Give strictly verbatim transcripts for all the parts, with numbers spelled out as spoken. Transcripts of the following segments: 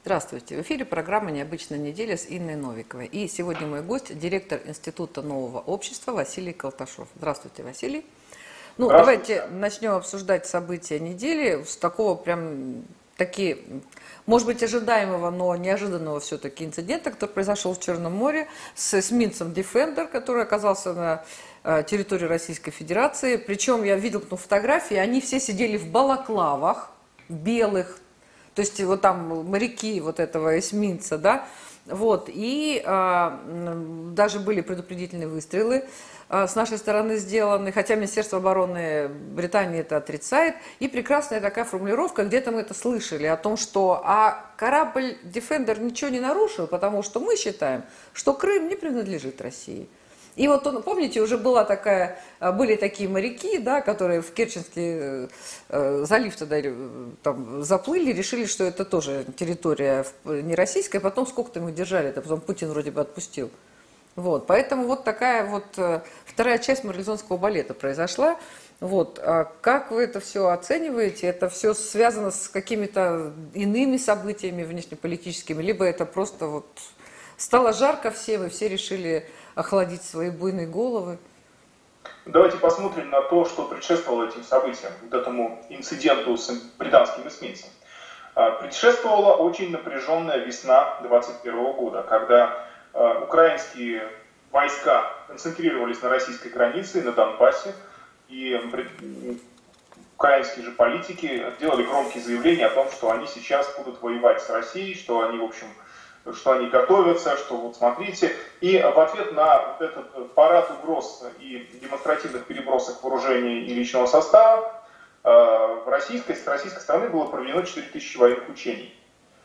Здравствуйте. В эфире программа «Необычная неделя» с Инной Новиковой. И сегодня мой гость – директор Института нового общества Василий Колташов. Здравствуйте, Василий. Ну, давайте начнем обсуждать события недели с такого прям, такие, может быть, ожидаемого, но неожиданного все-таки инцидента, который произошел в Черном море с эсминцем Defender, который оказался на территории Российской Федерации. Причем я видел ну, фотографии, они все сидели в балаклавах белых, то есть вот там моряки вот этого эсминца, да, вот, и а, даже были предупредительные выстрелы а, с нашей стороны сделаны, хотя Министерство обороны Британии это отрицает, и прекрасная такая формулировка, где-то мы это слышали, о том, что а корабль Defender ничего не нарушил, потому что мы считаем, что Крым не принадлежит России. И вот, он, помните, уже была такая, были такие моряки, да, которые в Керченский э, залив тогда там, заплыли, решили, что это тоже территория не российская, потом сколько-то мы держали, это потом Путин вроде бы отпустил. Вот, поэтому вот такая вот э, вторая часть марлезонского балета произошла. Вот, а как вы это все оцениваете? Это все связано с какими-то иными событиями внешнеполитическими, либо это просто вот стало жарко всем, и все решили охладить свои буйные головы? Давайте посмотрим на то, что предшествовало этим событиям, вот этому инциденту с британским эсминцем. Предшествовала очень напряженная весна двадцать первого года, когда украинские войска концентрировались на российской границе, на Донбассе, и украинские же политики делали громкие заявления о том, что они сейчас будут воевать с Россией, что они, в общем, что они готовятся, что вот смотрите. И в ответ на этот парад угроз и демонстративных перебросок вооружений и личного состава в российской, с российской стороны было проведено четыре тысячи военных учений.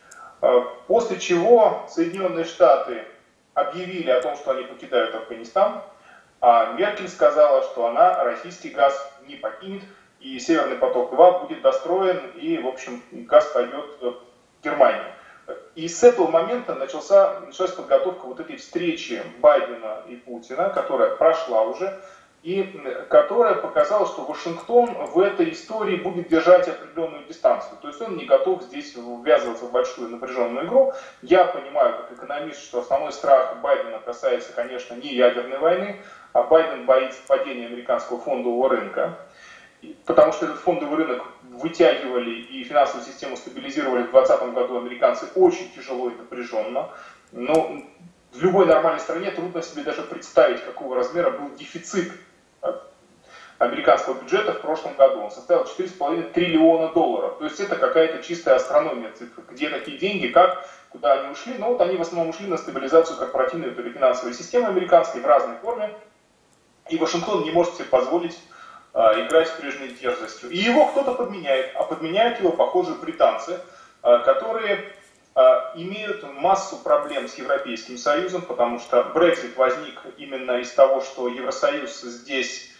После чего Соединенные Штаты объявили о том, что они покидают Афганистан, а Меркель сказала, что она российский газ не покинет, и Северный поток-два будет достроен, и, в общем, газ пойдет в Германию. И с этого момента начался, началась подготовка вот этой встречи Байдена и Путина, которая прошла уже, и которая показала, что Вашингтон в этой истории будет держать определенную дистанцию. То есть он не готов здесь ввязываться в большую напряженную игру. Я понимаю, как экономист, что основной страх Байдена касается, конечно, не ядерной войны, а Байден боится падения американского фондового рынка. Потому что этот фондовый рынок вытягивали и финансовую систему стабилизировали в двадцатом году американцы очень тяжело и напряженно. Но в любой нормальной стране трудно себе даже представить, какого размера был дефицит американского бюджета в прошлом году. Он составил четыре с половиной триллиона долларов. То есть это какая-то чистая астрономия цифр. Где такие деньги, как, куда они ушли? Но вот они в основном ушли на стабилизацию корпоративной или финансовой системы американской в разной форме. И Вашингтон не может себе позволить играть с прежней дерзостью. И его кто-то подменяет, а подменяют его, похоже, британцы, которые имеют массу проблем с Европейским Союзом, потому что Брексит возник именно из того, что Евросоюз здесь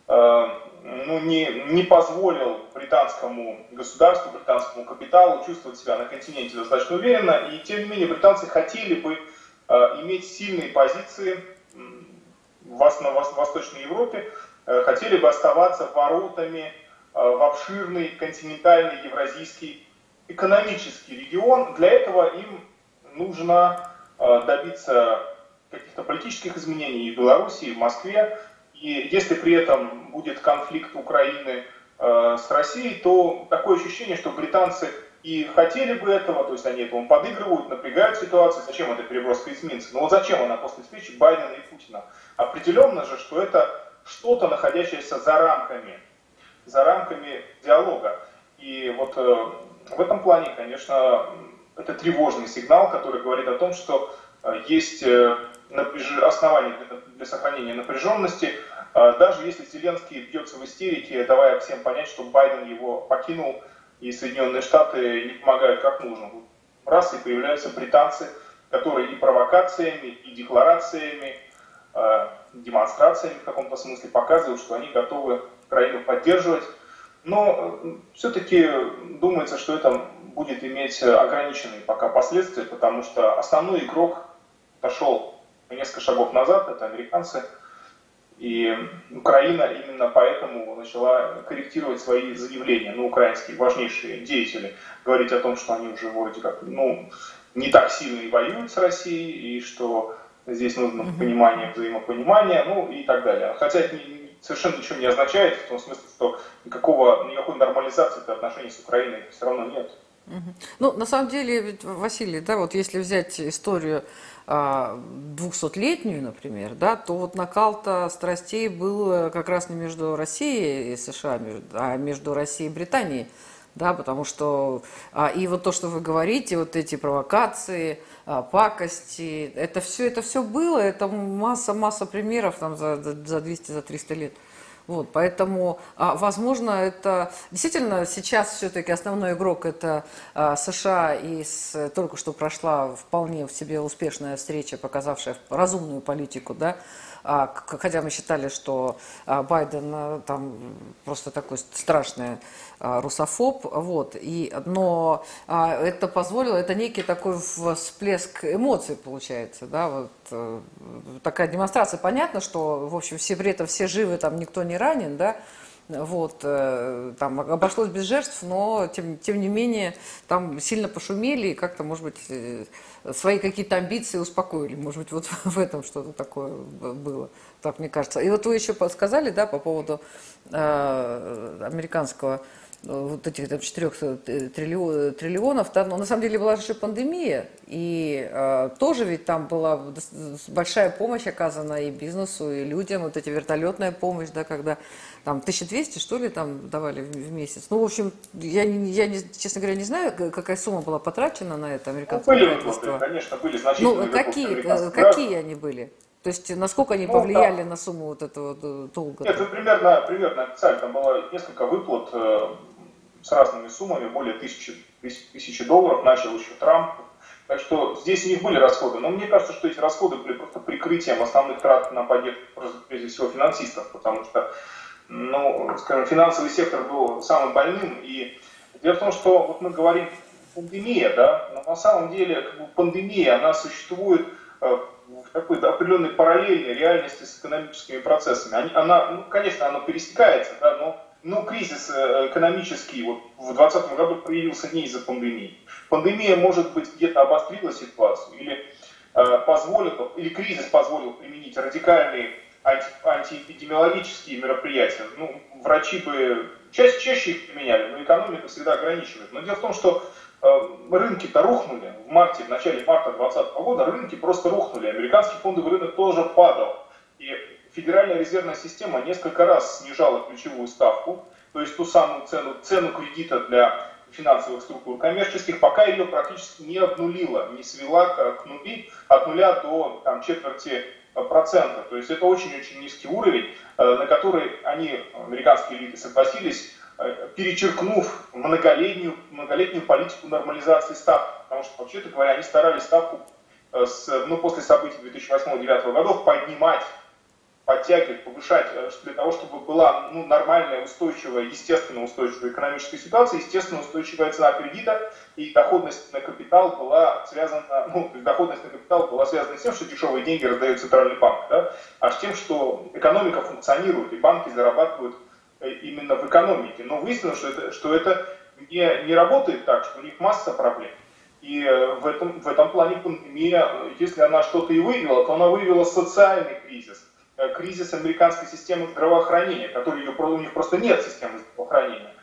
ну, не, не позволил британскому государству, британскому капиталу чувствовать себя на континенте достаточно уверенно, и тем не менее британцы хотели бы иметь сильные позиции в Восточной Европе, хотели бы оставаться воротами в обширный континентальный евразийский экономический регион. Для этого им нужно добиться каких-то политических изменений и в Беларуси, и в Москве. И если при этом будет конфликт Украины с Россией, то такое ощущение, что британцы и хотели бы этого, то есть они этому подыгрывают, напрягают ситуацию. Зачем эта переброска эсминца? Ну вот зачем она после встречи Байдена и Путина? Определенно же, что это что-то, находящееся за рамками, за рамками диалога. И вот э, в этом плане, конечно, это тревожный сигнал, который говорит о том, что э, есть э, напряж... основания для, для сохранения напряженности. Э, даже если Зеленский бьется в истерике, давая всем понять, что Байден его покинул, и Соединенные Штаты не помогают как нужно. Раз, и появляются британцы, которые и провокациями, и декларациями, демонстрациями в каком-то смысле показывают, что они готовы Украину поддерживать. Но все-таки думается, что это будет иметь ограниченные пока последствия, потому что основной игрок пошел несколько шагов назад, это американцы. И Украина именно поэтому начала корректировать свои заявления, ну, украинские важнейшие деятели, говорить о том, что они уже вроде как, ну, не так сильно и воюют с Россией, и что здесь нужно понимание, взаимопонимание, ну, и так далее. Хотя это совершенно ничего не означает, в том смысле, что никакого, никакой нормализации отношений с Украиной все равно нет. Ну, на самом деле, ведь, Василий, да, вот если взять историю двухсотлетнюю, например, да, то вот накал-то страстей был как раз не между Россией и США, а между Россией и Британией, да, потому что и вот то, что вы говорите, вот эти провокации, пакости, это все, это все было, это масса-масса примеров там за, за двести, за триста лет. Вот, поэтому, возможно, это действительно сейчас все-таки основной игрок это США, и с, только что прошла вполне в себе успешная встреча, показавшая разумную политику, да, хотя мы считали, что Байден там просто такой страшный русофоб, вот, и, но это позволило, это некий такой всплеск эмоций получается, да, вот такая демонстрация. Понятно, что, в общем, все при этом все живы, там никто не ранен, да, вот, там обошлось без жертв, но тем, тем не менее там сильно пошумели и как-то, может быть, свои какие-то амбиции успокоили, может быть, вот в этом что-то такое было, так мне кажется. И вот вы еще сказали, да, по поводу э, американского вот этих там четырех триллионов, там, но на самом деле была же пандемия, и э, тоже ведь там была большая помощь оказана и бизнесу, и людям, вот эти вертолетная помощь, да, когда там тысяча двести, что ли, там давали в, в месяц. Ну, в общем, я, я не, честно говоря, не знаю, какая сумма была потрачена на это американское ну, были правительство. Выплаты, конечно, были значительные. Ну, какие, какие они были? То есть, насколько они ну, повлияли да. на сумму вот этого долга? Нет, примерно, примерно официально, там было несколько выплат э, с разными суммами, более тысячи, тысячи долларов, начал еще Трамп. Так что здесь у них были расходы, но мне кажется, что эти расходы были просто прикрытием основных трат на поддержку, прежде всего, финансистов, потому что, ну, скажем, финансовый сектор был самым больным. И дело в том, что вот мы говорим пандемия, да, но на самом деле как бы, пандемия, она существует э, в такой определенной параллельной реальности с экономическими процессами. Они, она, ну, конечно, она пересекается, да, но ну, кризис экономический вот в двадцатом году проявился не из-за пандемии. Пандемия, может быть, где-то обострила ситуацию, или, э, позволила, или кризис позволил применить радикальные анти, антиэпидемиологические мероприятия. Ну, врачи бы чаще, чаще их применяли, но экономика всегда ограничивает. Но дело в том, что э, рынки-то рухнули. В марте, в начале марта двадцатого года рынки просто рухнули. Американский фондовый рынок тоже падал. И Федеральная резервная система несколько раз снижала ключевую ставку, то есть ту самую цену, цену кредита для финансовых структур коммерческих, пока ее практически не обнулила, не свела к нули, от нуля до там, четверти процента. То есть это очень-очень низкий уровень, на который они, американские элиты, согласились, перечеркнув многолетнюю, многолетнюю политику нормализации ставки. Потому что, вообще-то говоря, они старались ставку с, ну, после событий две тысячи восьмого — две тысячи девятого годов поднимать, подтягивать, повышать, для того, чтобы была ну, нормальная, устойчивая, естественно устойчивая экономическая ситуация, естественно устойчивая цена кредита, и доходность на капитал была связана, ну, доходность на капитал была связана не с тем, что дешевые деньги раздает центральный банк, да, а с тем, что экономика функционирует, и банки зарабатывают именно в экономике. Но выяснилось, что это, что это не, не работает так, что у них масса проблем. И в этом, в этом плане пандемия, если она что-то и вывела, то она вывела социальный кризис. Кризис американской системы здравоохранения, который у них просто нет системы здравоохранения.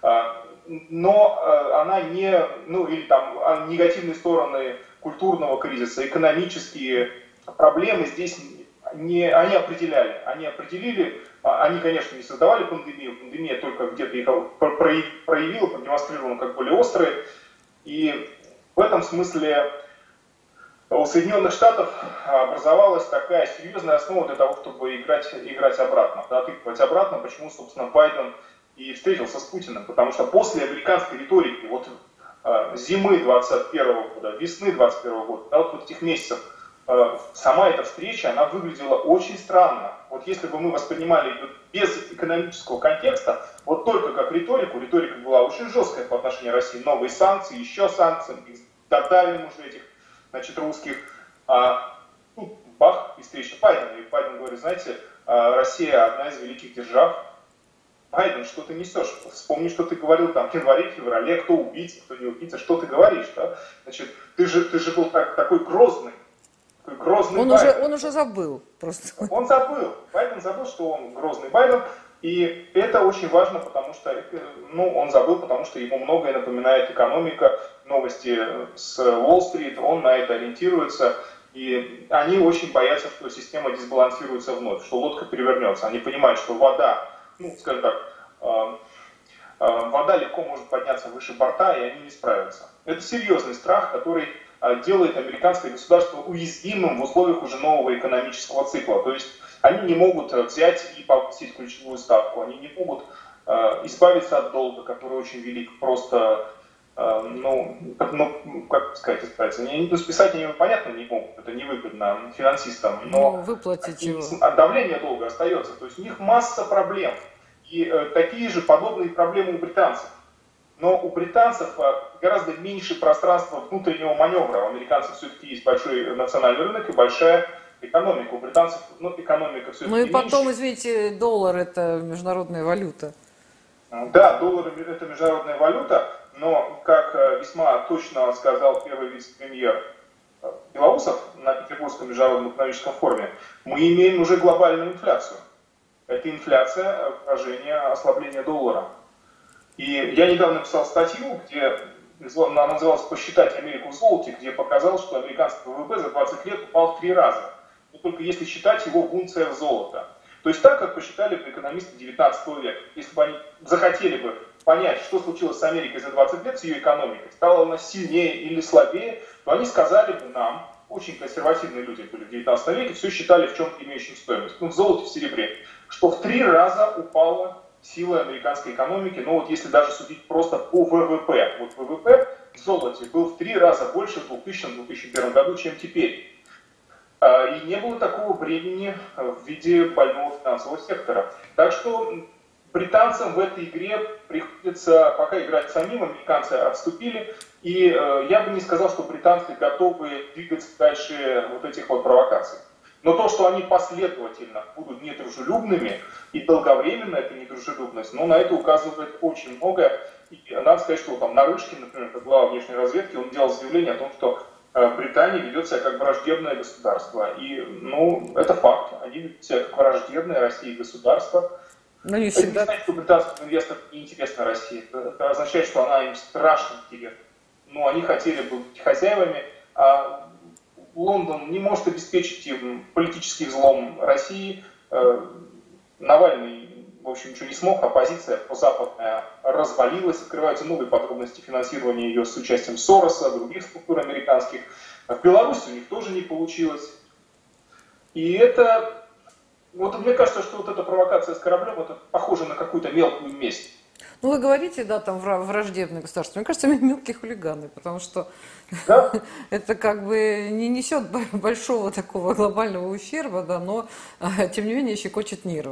Но она не, ну или там негативные стороны культурного кризиса, экономические проблемы здесь не, они определяли. Они определили, они, конечно, не создавали пандемию, пандемия только где-то их проявила, продемонстрировала как более острые. И в этом смысле у Соединенных Штатов образовалась такая серьезная основа для того, чтобы играть, играть обратно, да, тыкать обратно, почему, собственно, Байден и встретился с Путиным, потому что после американской риторики вот зимы двадцать первого года, весны двадцать первого года, да, вот этих месяцев, сама эта встреча, она выглядела очень странно. Вот если бы мы воспринимали ее без экономического контекста, вот только как риторику, риторика была очень жесткая по отношению к России, новые санкции, еще санкции, давим уже этих, значит, русских, а, ну, бах, и встреча Байдена. И Байден говорит, знаете, Россия одна из великих держав. Байден, что ты несешь? Вспомни, что ты говорил там в январе, феврале, кто убийца, кто не убийца, что ты говоришь, да? Значит, ты же, ты же был так, такой грозный, такой грозный он Байден. Уже, он уже забыл просто. Он забыл, Байден забыл, что он грозный Байден, и это очень важно, потому что, ну, он забыл, потому что ему многое напоминает экономика, новости с Уолл-стрит, он на это ориентируется, и они очень боятся, что система дисбалансируется вновь, что лодка перевернется. Они понимают, что вода, ну, скажем так, э, э, вода легко может подняться выше борта, и они не справятся. Это серьезный страх, который э, делает американское государство уязвимым в условиях уже нового экономического цикла. То есть они не могут взять и повысить ключевую ставку, они не могут э, избавиться от долга, который очень велик, просто, э, ну, как, ну, как сказать, избавиться. Они, ну, списать они, понятно, не могут, это невыгодно финансистам, но ну, выплатить его. Давление долга остается, то есть у них масса проблем, и э, такие же подобные проблемы у британцев. Но у британцев э, гораздо меньше пространства внутреннего маневра, у американцев все-таки есть большой национальный рынок и большая экономика. У британцев, ну, экономика все-таки Ну и потом, меньше. извините, доллар это международная валюта. Да, доллар это международная валюта, но, как весьма точно сказал первый вице-премьер Белоусов на Петербургском международном экономическом форуме, мы имеем уже глобальную инфляцию. Это инфляция, выражение ослабления доллара. И я недавно написал статью, где она называлась «Посчитать Америку в золоте», где показал, что американский ВВП за двадцать лет упал в три раза. Но только если считать его в унциях золота. То есть так, как посчитали бы экономисты девятнадцатого века. Если бы они захотели бы понять, что случилось с Америкой за двадцать лет, с ее экономикой, стала она сильнее или слабее, то они сказали бы нам, очень консервативные люди были в девятнадцатом веке, все считали в чем-то имеющим стоимость, ну в золоте, в серебре, что в три раза упала сила американской экономики, но вот если даже судить просто по ВВП, вот ВВП в золоте был в три раза больше в двухтысячном — две тысячи первом году, чем теперь. И не было такого бремени в виде больного финансового сектора. Так что британцам в этой игре приходится пока играть самим, американцы отступили, и я бы не сказал, что британцы готовы двигаться дальше вот этих вот провокаций. Но то, что они последовательно будут недружелюбными, и долговременно эта недружелюбность, но на это указывает очень много. И надо сказать, что там Нарышкин, например, как глава внешней разведки, он делал заявление о том, что Британия ведет себя как враждебное государство. И, ну, это факт. Они ведут себя как враждебное России государство. Но не всегда... Это не значит, что британским инвесторам неинтересна Россия. Это означает, что она им страшно интересна. Но они хотели бы быть хозяевами, а Лондон не может обеспечить им политический взлом России. Навальный, в общем, ничего не смог, оппозиция западная развалилась, открываются новые подробности финансирования ее с участием Сороса, других структур американских. В Беларуси у них тоже не получилось. И это, вот мне кажется, что вот эта провокация с кораблем, это похоже на какую-то мелкую месть. Ну, вы говорите, да, там враждебное государство. Мне кажется, мелкие хулиганы, потому что да? это как бы не несет большого такого глобального ущерба, да, но, тем не менее, щекочет нервы.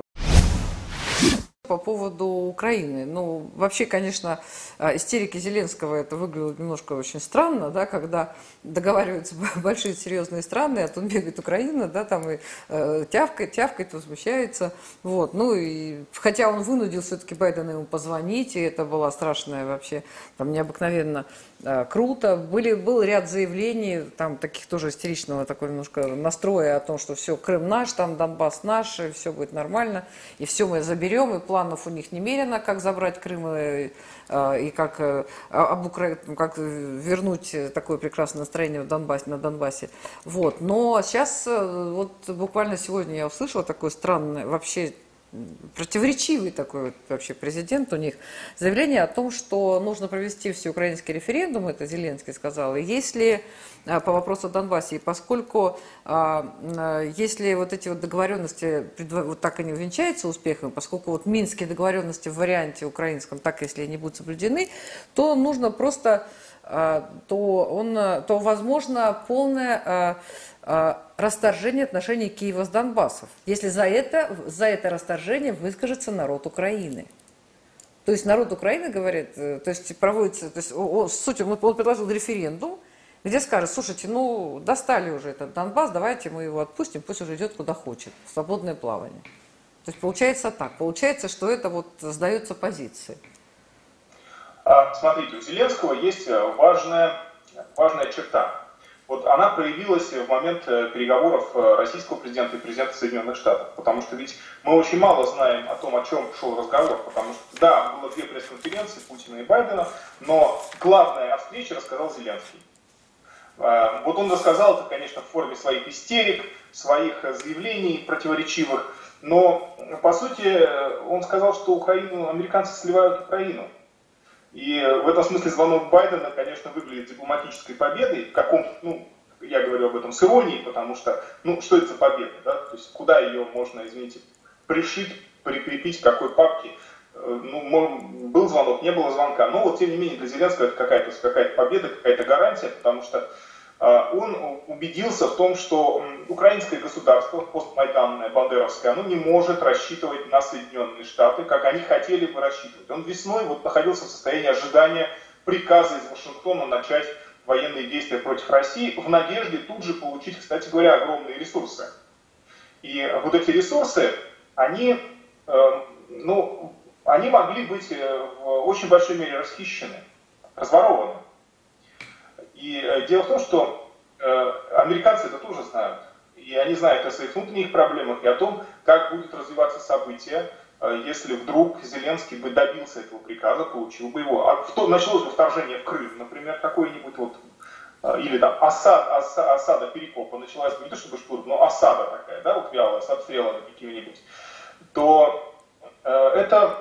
По поводу Украины. Ну, вообще, конечно, истерики Зеленского, это выглядело немножко очень странно, да, когда договариваются большие серьезные страны, а тут бегает Украина, да, там и э, тявкает, тявкает, возмущается. Вот. Ну, и, хотя он вынудил все-таки Байдена ему позвонить, и это было страшное вообще, там, необыкновенно э, круто. Были, был ряд заявлений, там, таких тоже истеричного такого немножко настроя о том, что все, Крым наш, там, Донбасс наш, и все будет нормально, и все мы заберем, и планов у них немерено, как забрать Крым и, и как, об Укра... как вернуть такое прекрасное настроение в Донбассе, на Донбассе. Вот. Но сейчас, вот буквально сегодня я услышала такое странное, вообще противоречивый такой вот вообще президент у них, заявление о том, что нужно провести всеукраинский референдум, это Зеленский сказал, и если по вопросу о Донбассе, и поскольку если вот эти вот договоренности вот так и не увенчаются успехом, поскольку вот минские договоренности в варианте украинском так, если не будут соблюдены, то нужно просто, то, он, то возможно полное расторжение отношений Киева с Донбассом, если за это, за это расторжение выскажется народ Украины. То есть народ Украины говорит, то есть проводится, то есть, о, суть, он предложил референдум, где скажет, слушайте, ну достали уже этот Донбасс, давайте мы его отпустим, пусть уже идет куда хочет, в свободное плавание. То есть получается так, получается, что это вот сдаются позиции. Смотрите, у Зеленского есть важная, важная черта. Вот она проявилась в момент переговоров российского президента и президента Соединенных Штатов. Потому что ведь мы очень мало знаем о том, о чем шел разговор. Потому что, да, было две пресс-конференции Путина и Байдена, но главное о встрече рассказал Зеленский. Вот он рассказал это, конечно, в форме своих истерик, своих заявлений противоречивых. Но, по сути, он сказал, что Украину, американцы сливают Украину. И в этом смысле звонок Байдена, конечно, выглядит дипломатической победой, в каком, ну, я говорю об этом с иронией, потому что, ну, что это за победа, да, то есть куда ее можно, извините, пришить, прикрепить, в какой папке, ну, был звонок, не было звонка, но вот, тем не менее, для Зеленского это какая-то какая-то победа, какая-то гарантия, потому что он убедился в том, что украинское государство, постмайданное, бандеровское, оно не может рассчитывать на Соединенные Штаты, как они хотели бы рассчитывать. Он весной вот находился в состоянии ожидания приказа из Вашингтона начать военные действия против России, в надежде тут же получить, кстати говоря, огромные ресурсы. И вот эти ресурсы, они, ну, они могли быть в очень большой мере расхищены, разворованы. И дело в том, что э, американцы это тоже знают. И они знают о своих внутренних проблемах и о том, как будет развиваться событие, э, если вдруг Зеленский бы добился этого приказа, получил бы его. А в то, началось бы вторжение в Крым, например, какое-нибудь вот, э, или там осад, оса, осада Перекопа началась бы, не то чтобы штурм, но осада такая, да, вот вялая, с обстрелами какими-нибудь, то э, это,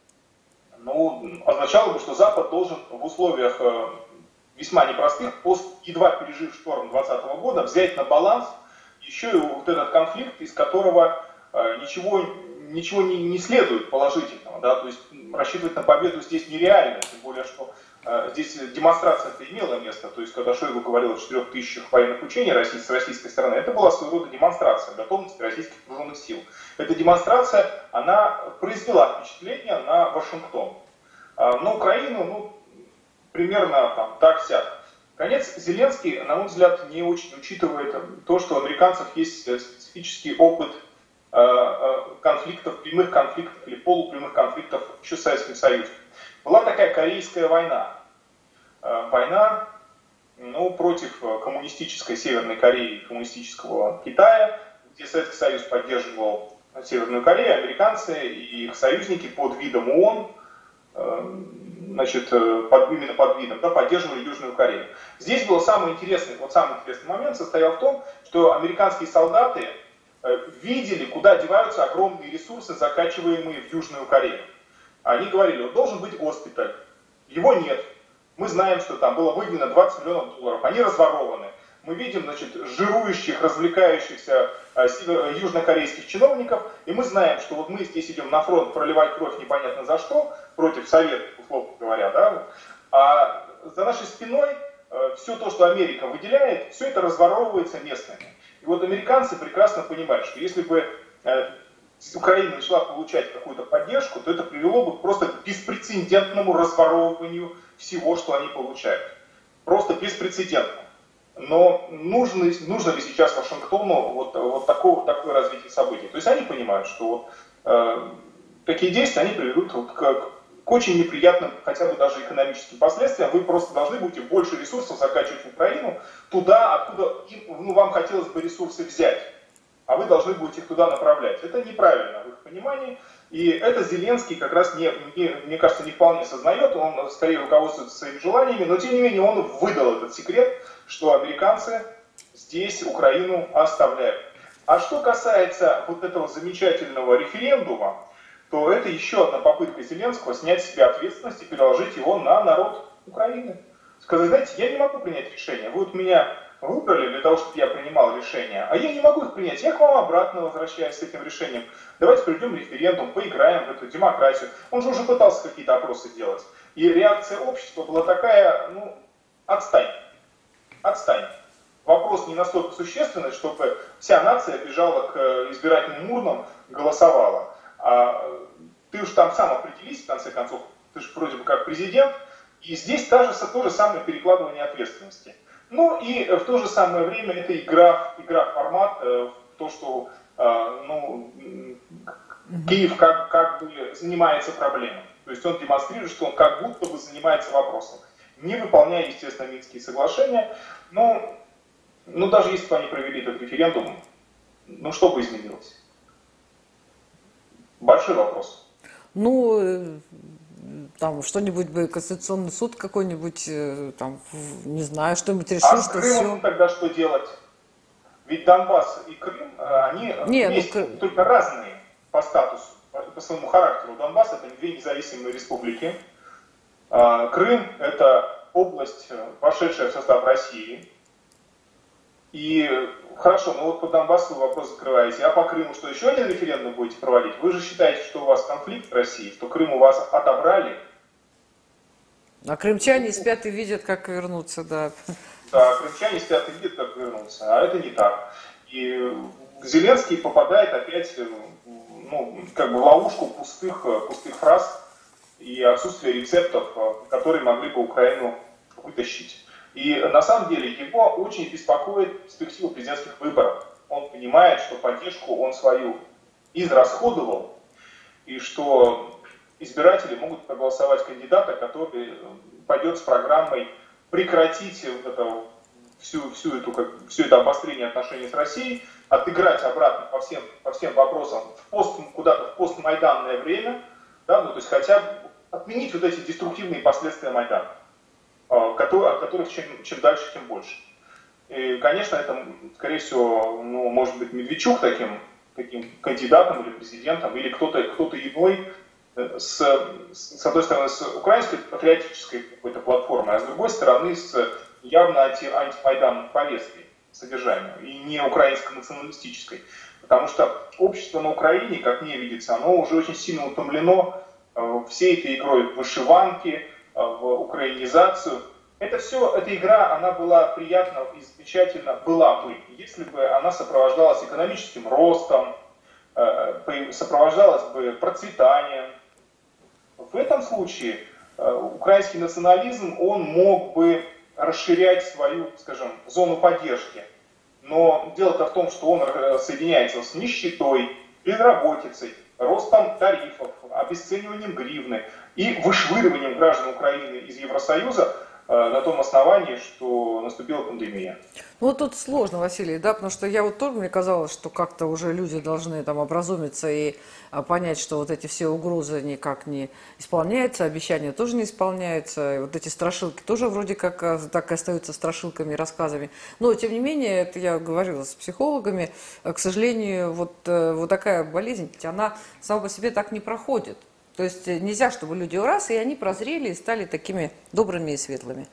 ну, означало бы, что Запад должен в условиях э, весьма непростых, едва пережив шторм двадцатого года, взять на баланс еще и вот этот конфликт, из которого э, ничего, ничего не, не следует положительного. Да? То есть рассчитывать на победу здесь нереально, тем более, что э, здесь демонстрация-то имела место. То есть когда Шойгу говорил о четырех тысячах военных учений России, с российской стороны, это была своего рода демонстрация готовности российских вооруженных сил. Эта демонстрация, она произвела впечатление на Вашингтон. А на Украину, ну, примерно там так-сяк. Конец, Зеленский, на мой взгляд, не очень учитывает то, что у американцев есть специфический опыт э, конфликтов, прямых конфликтов или полупрямых конфликтов еще с Советским Союзом. Была такая Корейская война. Э, война, ну, против коммунистической Северной Кореи и коммунистического Китая, где Советский Союз поддерживал Северную Корею, американцы и их союзники под видом ООН, э, значит, под, именно под видом, да, поддерживали Южную Корею. Здесь был самый интересный, вот самый интересный момент состоял в том, что американские солдаты э, видели, куда деваются огромные ресурсы, закачиваемые в Южную Корею. Они говорили, вот должен быть госпиталь, его нет. Мы знаем, что там было выделено двадцать миллионов долларов, они разворованы. Мы видим, значит, жирующих, развлекающихся э, южнокорейских чиновников, и мы знаем, что вот мы здесь идем на фронт проливать кровь непонятно за что, против Советов, условно говоря, да, а за нашей спиной э, все то, что Америка выделяет, все это разворовывается местными. И вот американцы прекрасно понимают, что если бы э, Украина начала получать какую-то поддержку, то это привело бы просто к беспрецедентному разворовыванию всего, что они получают. Просто беспрецедентно. Но нужно, нужно ли сейчас Вашингтону вот, вот такого, такое развитие событий? То есть они понимают, что вот, э, такие действия они приведут вот к, к очень неприятным, хотя бы даже экономическим последствиям. Вы просто должны будете больше ресурсов закачивать в Украину, туда, откуда им, ну, вам хотелось бы ресурсы взять. А вы должны будете их туда направлять. Это неправильно в их понимании. И это Зеленский как раз, не, не, мне кажется, не вполне сознает. Он скорее руководствуется своими желаниями. Но тем не менее он выдал этот секрет, что американцы здесь Украину оставляют. А что касается вот этого замечательного референдума, то это еще одна попытка Зеленского снять с себя ответственность и переложить его на народ Украины. Сказать, знаете, я не могу принять решение. Вы вот меня выбрали для того, чтобы я принимал решения, а я не могу их принять. Я к вам обратно возвращаюсь с этим решением. Давайте проведем референдум, поиграем в эту демократию. Он же уже пытался какие-то опросы делать. И реакция общества была такая, ну, отстань. Отстань. Вопрос не настолько существенный, чтобы вся нация бежала к избирательным урнам, голосовала. А ты уж там сам определись, в конце концов, ты же вроде бы как президент, и здесь та же, то же самое перекладывание ответственности. Ну и в то же самое время это игра, игра в формат, в то, что ну, Угу. Киев как, как бы занимается проблемой. То есть он демонстрирует, что он как будто бы занимается вопросом, не выполняя, естественно, Минские соглашения. Но, ну, даже если бы они провели этот референдум, ну что бы изменилось? Большой вопрос. Ну, там что-нибудь бы, Конституционный суд какой-нибудь, там, не знаю, что-нибудь решил, а что Крымом все. тогда что делать? Ведь Донбасс и Крым, они Не, вместе, ну, только разные по статусу, по своему характеру. Донбасс — это две независимые республики. Крым — это область, вошедшая в состав России. И хорошо, ну вот по Донбассу вопрос закрываете. А по Крыму что, еще один референдум будете проводить? Вы же считаете, что у вас конфликт в России, что Крым у вас отобрали? А крымчане спят и видят, как вернуться, да. Да, крымчане спят и видят, как вернуться, а это не так. И Зеленский попадает опять, ну, как бы в ловушку пустых, пустых фраз и отсутствия рецептов, которые могли бы Украину вытащить. И на самом деле его очень беспокоит перспектива президентских выборов. Он понимает, что поддержку он свою израсходовал, и что избиратели могут проголосовать кандидата, который пойдет с программой прекратить вот это, всю, всю эту, как, все это обострение отношений с Россией, отыграть обратно по всем, по всем вопросам в пост, куда-то в постмайданное время, да, ну, то есть хотя бы отменить вот эти деструктивные последствия Майдана, которые, от которых чем, чем дальше, тем больше. И, конечно, это, скорее всего, ну, может быть Медведчук таким, таким кандидатом или президентом, или кто-то кто-то иной, с, с одной стороны, с украинской патриотической какой-то платформой, а с другой стороны, с явно анти, антимайданной повесткой содержания, и не украинско-националистической. Потому что общество на Украине, как мне видится, оно уже очень сильно утомлено э, всей этой игрой в вышиванки, э, в украинизацию. Это все, эта игра, она была приятна и замечательна, была бы, если бы она сопровождалась экономическим ростом, э, сопровождалась бы процветанием. В этом случае э, украинский национализм, он мог бы расширять свою, скажем, зону поддержки. Но дело-то в том, что он соединяется с нищетой, безработицей, ростом тарифов, обесцениванием гривны и вышвыриванием граждан Украины из Евросоюза э, на том основании, что наступила пандемия. Ну вот тут сложно, Василий, да, потому что я вот тоже, мне казалось, что как-то уже люди должны там образумиться и а, понять, что вот эти все угрозы никак не исполняются, обещания тоже не исполняются, и вот эти страшилки тоже вроде как а, так и остаются страшилками, рассказами. Но, тем не менее, это я говорила с психологами, к сожалению, вот, вот такая болезнь, она сама по себе так не проходит. То есть нельзя, чтобы люди раз, и они прозрели и стали такими добрыми и светлыми.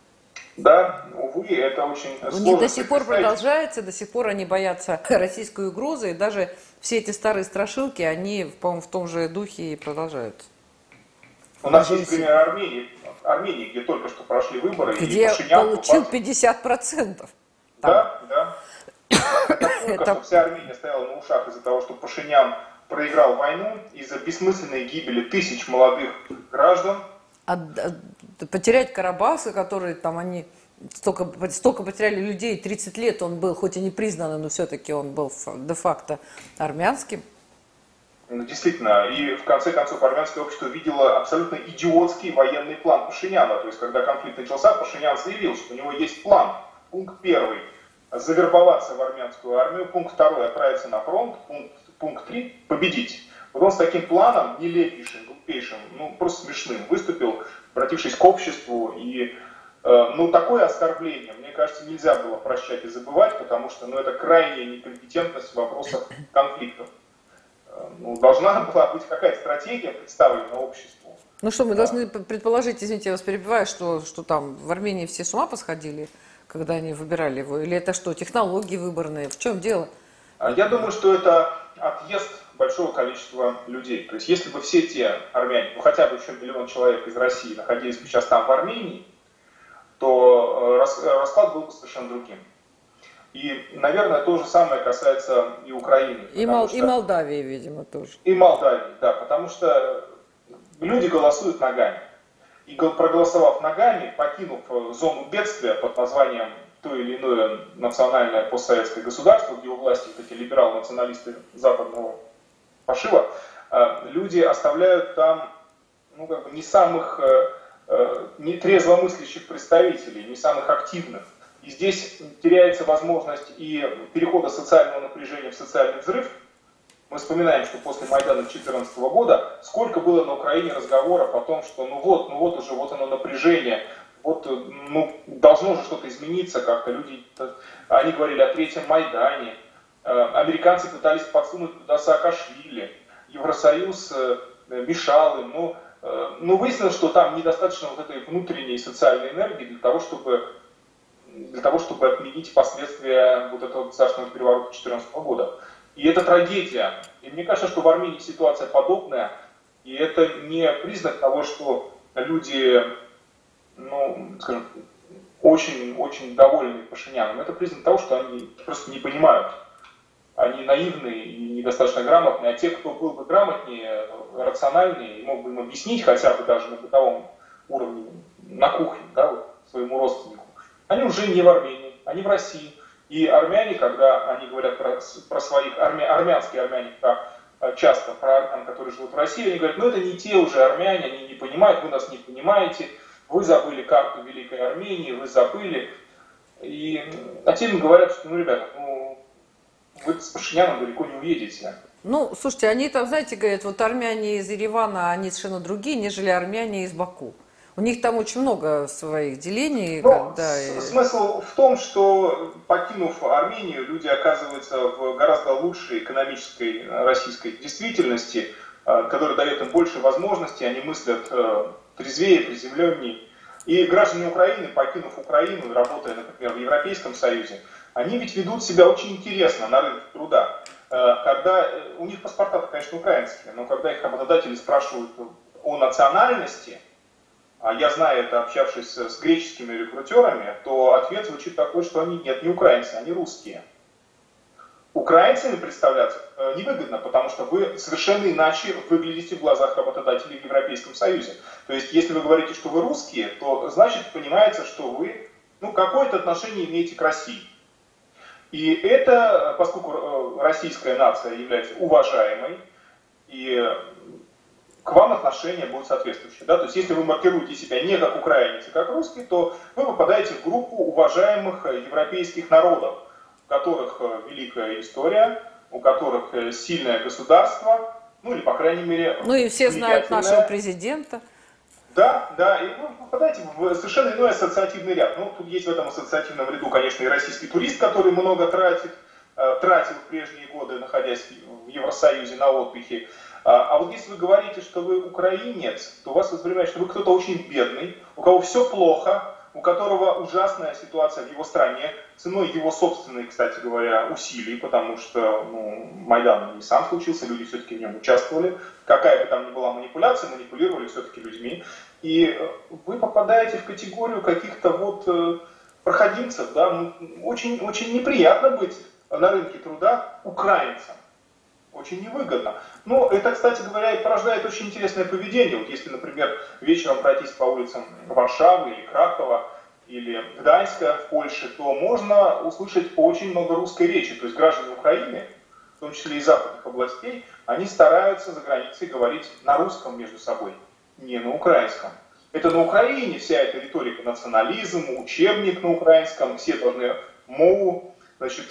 Да, увы, это очень У сложно. них до сих пор продолжается, до сих пор они боятся российской угрозы, и даже все эти старые страшилки, они, по-моему, в том же духе и продолжаются. У нас есть пример Армении, Армении, где только что прошли выборы. Где и получил пятьдесят процентов. Да, да. Это только вся Армения стояла на ушах из-за того, что Пашинян проиграл войну, из-за бессмысленной гибели тысяч молодых граждан. А, а, потерять Карабах, который там они столько, столько потеряли людей, тридцать лет он был, хоть и не признанный, но все-таки он был де-факто армянским. Ну, действительно, и в конце концов армянское общество видело абсолютно идиотский военный план Пашиняна. То есть, когда конфликт начался, Пашинян заявил, что у него есть план. Пункт первый – завербоваться в армянскую армию. Пункт второй – отправиться на фронт. Пункт, пункт три – победить. Вот он с таким планом, нелепейшим, глупейшим, ну просто смешным, выступил, обратившись к обществу. И э, ну, такое оскорбление, мне кажется, нельзя было прощать и забывать, потому что ну, это крайняя некомпетентность в вопросах конфликтов. Э, ну, должна была быть какая-то стратегия представлена обществу. Ну что, мы да. должны предположить, извините, я вас перебиваю, что, что там в Армении все с ума посходили, когда они выбирали его? Или это что, технологии выборные? В чем дело? Я думаю, что это отъезд большого количества людей. То есть если бы все те армяне, ну хотя бы еще миллион человек из России находились бы сейчас там в Армении, то расклад был бы совершенно другим. И, наверное, то же самое касается и Украины. И, Мол... что... и Молдавии, видимо, тоже. И Молдавии, да, потому что люди голосуют ногами. И проголосовав ногами, покинув зону бедствия под названием то или иное национальное постсоветское государство, где у власти эти либерал-националисты западного пошива, люди оставляют там, ну, как бы не самых не трезвомыслящих представителей, не самых активных. И здесь теряется возможность и перехода социального напряжения в социальный взрыв. Мы вспоминаем, что после Майдана две тысячи четырнадцатого года сколько было на Украине разговоров о том, что ну вот, ну вот уже, вот оно напряжение, вот, ну, должно же что-то измениться как-то. Люди, они говорили о третьем Майдане, американцы пытались подсунуть туда Саакашвили, Евросоюз мешал им, ну, но выяснилось, что там недостаточно вот этой внутренней социальной энергии для того, чтобы, для того, чтобы отменить последствия вот этого государственного переворота две тысячи четырнадцатого года. И это трагедия. И мне кажется, что в Армении ситуация подобная, и это не признак того, что люди, ну, скажем, очень-очень довольны Пашиняном. Это признак того, что они просто не понимают. Они наивные и недостаточно грамотные, а те, кто был бы грамотнее, рациональнее, мог бы им объяснить хотя бы даже на бытовом уровне, на кухне, да, вот, своему родственнику, они уже не в Армении, они в России. И армяне, когда они говорят про, про своих, армя, армянские армяне, про, часто про армян, которые живут в России, они говорят, ну это не те уже армяне, они не понимают, вы нас не понимаете, вы забыли карту Великой Армении, вы забыли. И, а те им говорят, что, ну, ребята, ну, вы с Пашиняном далеко не уедете. Ну, слушайте, они там, знаете, говорят, вот армяне из Еревана, они совершенно другие, нежели армяне из Баку. У них там очень много своих делений. Ну, когда... Смысл в том, что, покинув Армению, люди оказываются в гораздо лучшей экономической российской действительности, которая дает им больше возможностей, они мыслят трезвее, приземленнее. И граждане Украины, покинув Украину, работая, например, в Европейском Союзе, они ведь ведут себя очень интересно на рынке труда. Когда у них паспорта, конечно, украинские, но когда их работодатели спрашивают о национальности, а я знаю это, общавшись с греческими рекрутерами, то ответ звучит такой, что они нет, не украинцы, они русские. Украинцами представляться невыгодно, потому что вы совершенно иначе выглядите в глазах работодателей в Европейском Союзе. То есть, если вы говорите, что вы русские, то значит понимается, что вы, ну, какое-то отношение имеете к России. И это, поскольку российская нация является уважаемой, и к вам отношение будет соответствующее. Да? То есть, если вы маркируете себя не как украинец, а как русский, то вы попадаете в группу уважаемых европейских народов, у которых великая история, у которых сильное государство, ну или, по крайней мере, ну и все знают нашего президента. Да, да, и вы попадаете в совершенно иной ассоциативный ряд. Ну, тут есть в этом ассоциативном ряду, конечно, и российский турист, который много тратит, тратил в прежние годы, находясь в Евросоюзе на отдыхе. А вот если вы говорите, что вы украинец, то вас воспринимают, что вы кто-то очень бедный, у кого все плохо, у которого ужасная ситуация в его стране, ценой его собственной, кстати говоря, усилий, потому что ну, Майдан не сам случился, люди все-таки в нем участвовали, какая бы там ни была манипуляция, манипулировали все-таки людьми, и вы попадаете в категорию каких-то вот проходимцев, да, очень, очень неприятно быть на рынке труда украинцем. Очень невыгодно. Но это, кстати говоря, и порождает очень интересное поведение. Вот если, например, вечером пройтись по улицам Варшавы или Кракова или Гданьска в Польше, то можно услышать очень много русской речи. То есть граждане Украины, в том числе и западных областей, они стараются за границей говорить на русском между собой, не на украинском. Это на Украине вся эта риторика, национализм, учебник на украинском, все должны мову, значит,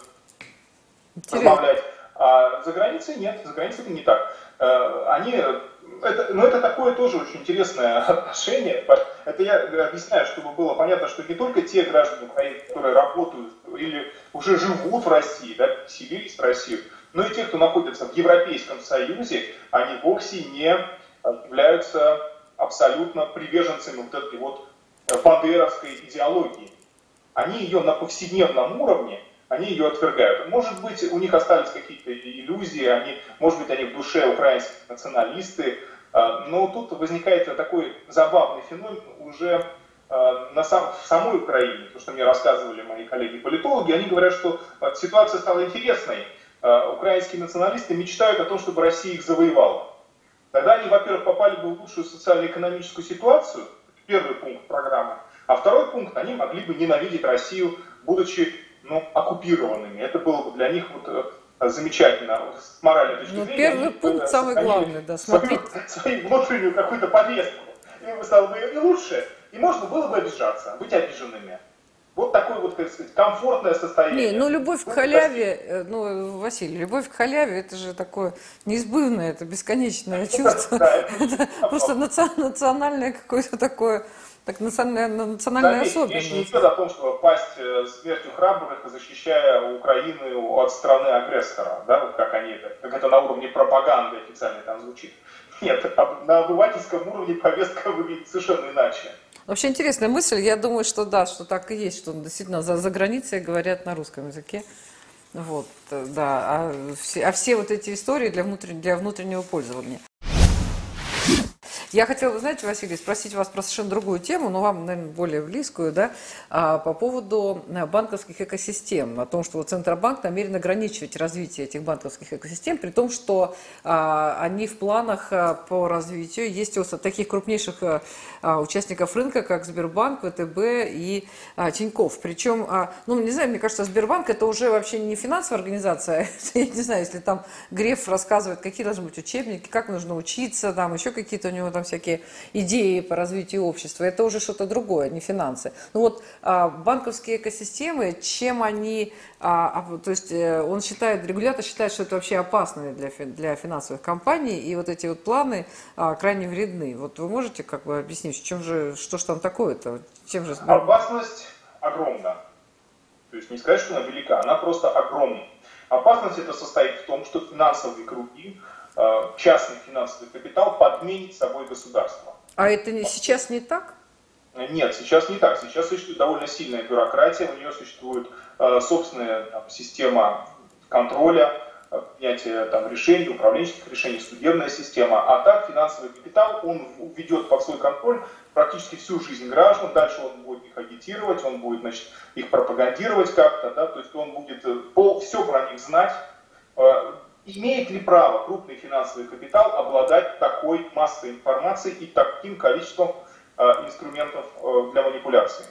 разбавлять. А за границей нет, за границей это не так. Они, это, но это такое тоже очень интересное отношение. Это я объясняю, чтобы было понятно, что не только те граждане Украины, которые работают или уже живут в России, да, селились в Россию, но и те, кто находится в Европейском Союзе, они вовсе не являются абсолютно приверженцами вот этой вот бандеровской идеологии. Они ее на повседневном уровне, они ее отвергают. Может быть, у них остались какие-то иллюзии, они, может быть, они в душе украинские националисты, но тут возникает такой забавный феномен уже на сам, в самой Украине. То, что мне рассказывали мои коллеги-политологи, они говорят, что ситуация стала интересной. Украинские националисты мечтают о том, чтобы Россия их завоевала. Тогда они, во-первых, попали бы в лучшую социально-экономическую ситуацию, первый пункт программы, а второй пункт, они могли бы ненавидеть Россию, будучи ну, оккупированными. Это было бы для них вот, замечательно с моральной точки Ну, зрения. первый Они, пункт э, самый главный, да, смотрите. Свою, свою внутреннюю какую-то повестку. Им стало бы и лучше, и можно было бы обижаться, быть обиженными. Вот такое вот, так сказать, комфортное состояние. Не, ну любовь к халяве, ну, Василий, любовь к халяве, это же такое неизбывное, это бесконечное чувство. Это просто национальное какое-то такое, так национальная, национальная особенность. Речь не идет о том, чтобы пасть смертью храбрых, защищая Украину от страны агрессора, да, вот как они это, как это на уровне пропаганды официально там звучит. Нет, на обывательском уровне повестка выглядит совершенно иначе. Вообще интересная мысль. Я думаю, что да, что так и есть, что действительно за, за границей говорят на русском языке. Вот, да. А все, а все вот эти истории для, внутрен, для внутреннего пользования. Я хотела, вы знаете, Василий, спросить вас про совершенно другую тему, но вам, наверное, более близкую, да, а, по поводу банковских экосистем, о том, что вот Центробанк намерен ограничивать развитие этих банковских экосистем, при том, что а, они в планах а, по развитию есть у таких крупнейших а, участников рынка, как Сбербанк, ВТБ и а, Тинькофф. Причем, а, ну, не знаю, мне кажется, Сбербанк это уже вообще не финансовая организация, я не знаю, если там Греф рассказывает, какие должны быть учебники, как нужно учиться, там еще какие-то у него там всякие идеи по развитию общества, это уже что-то другое, не финансы. Ну вот а, банковские экосистемы, чем они, а, а, то есть он считает, регулятор считает, что это вообще опасно для, для финансовых компаний, и вот эти вот планы а, крайне вредны. Вот вы можете как бы объяснить, в чем же, что же там такое-то? Чем же... Опасность огромна. То есть не сказать, что она велика, она просто огромна. Опасность это состоит в том, что финансовые круги, частный финансовый капитал подменит собой государство. А это не, сейчас не так? Нет, сейчас не так. Сейчас существует довольно сильная бюрократия, у нее существует э, собственная там, система контроля, э, принятия там, решений, управленческих решений, судебная система. А так финансовый капитал, он ведет под свой контроль практически всю жизнь граждан. Дальше он будет их агитировать, он будет, значит, их пропагандировать как-то, да, то есть он будет пол, все про них знать. Э, Имеет ли право крупный финансовый капитал обладать такой массой информации и таким количеством э, инструментов э, для манипуляции?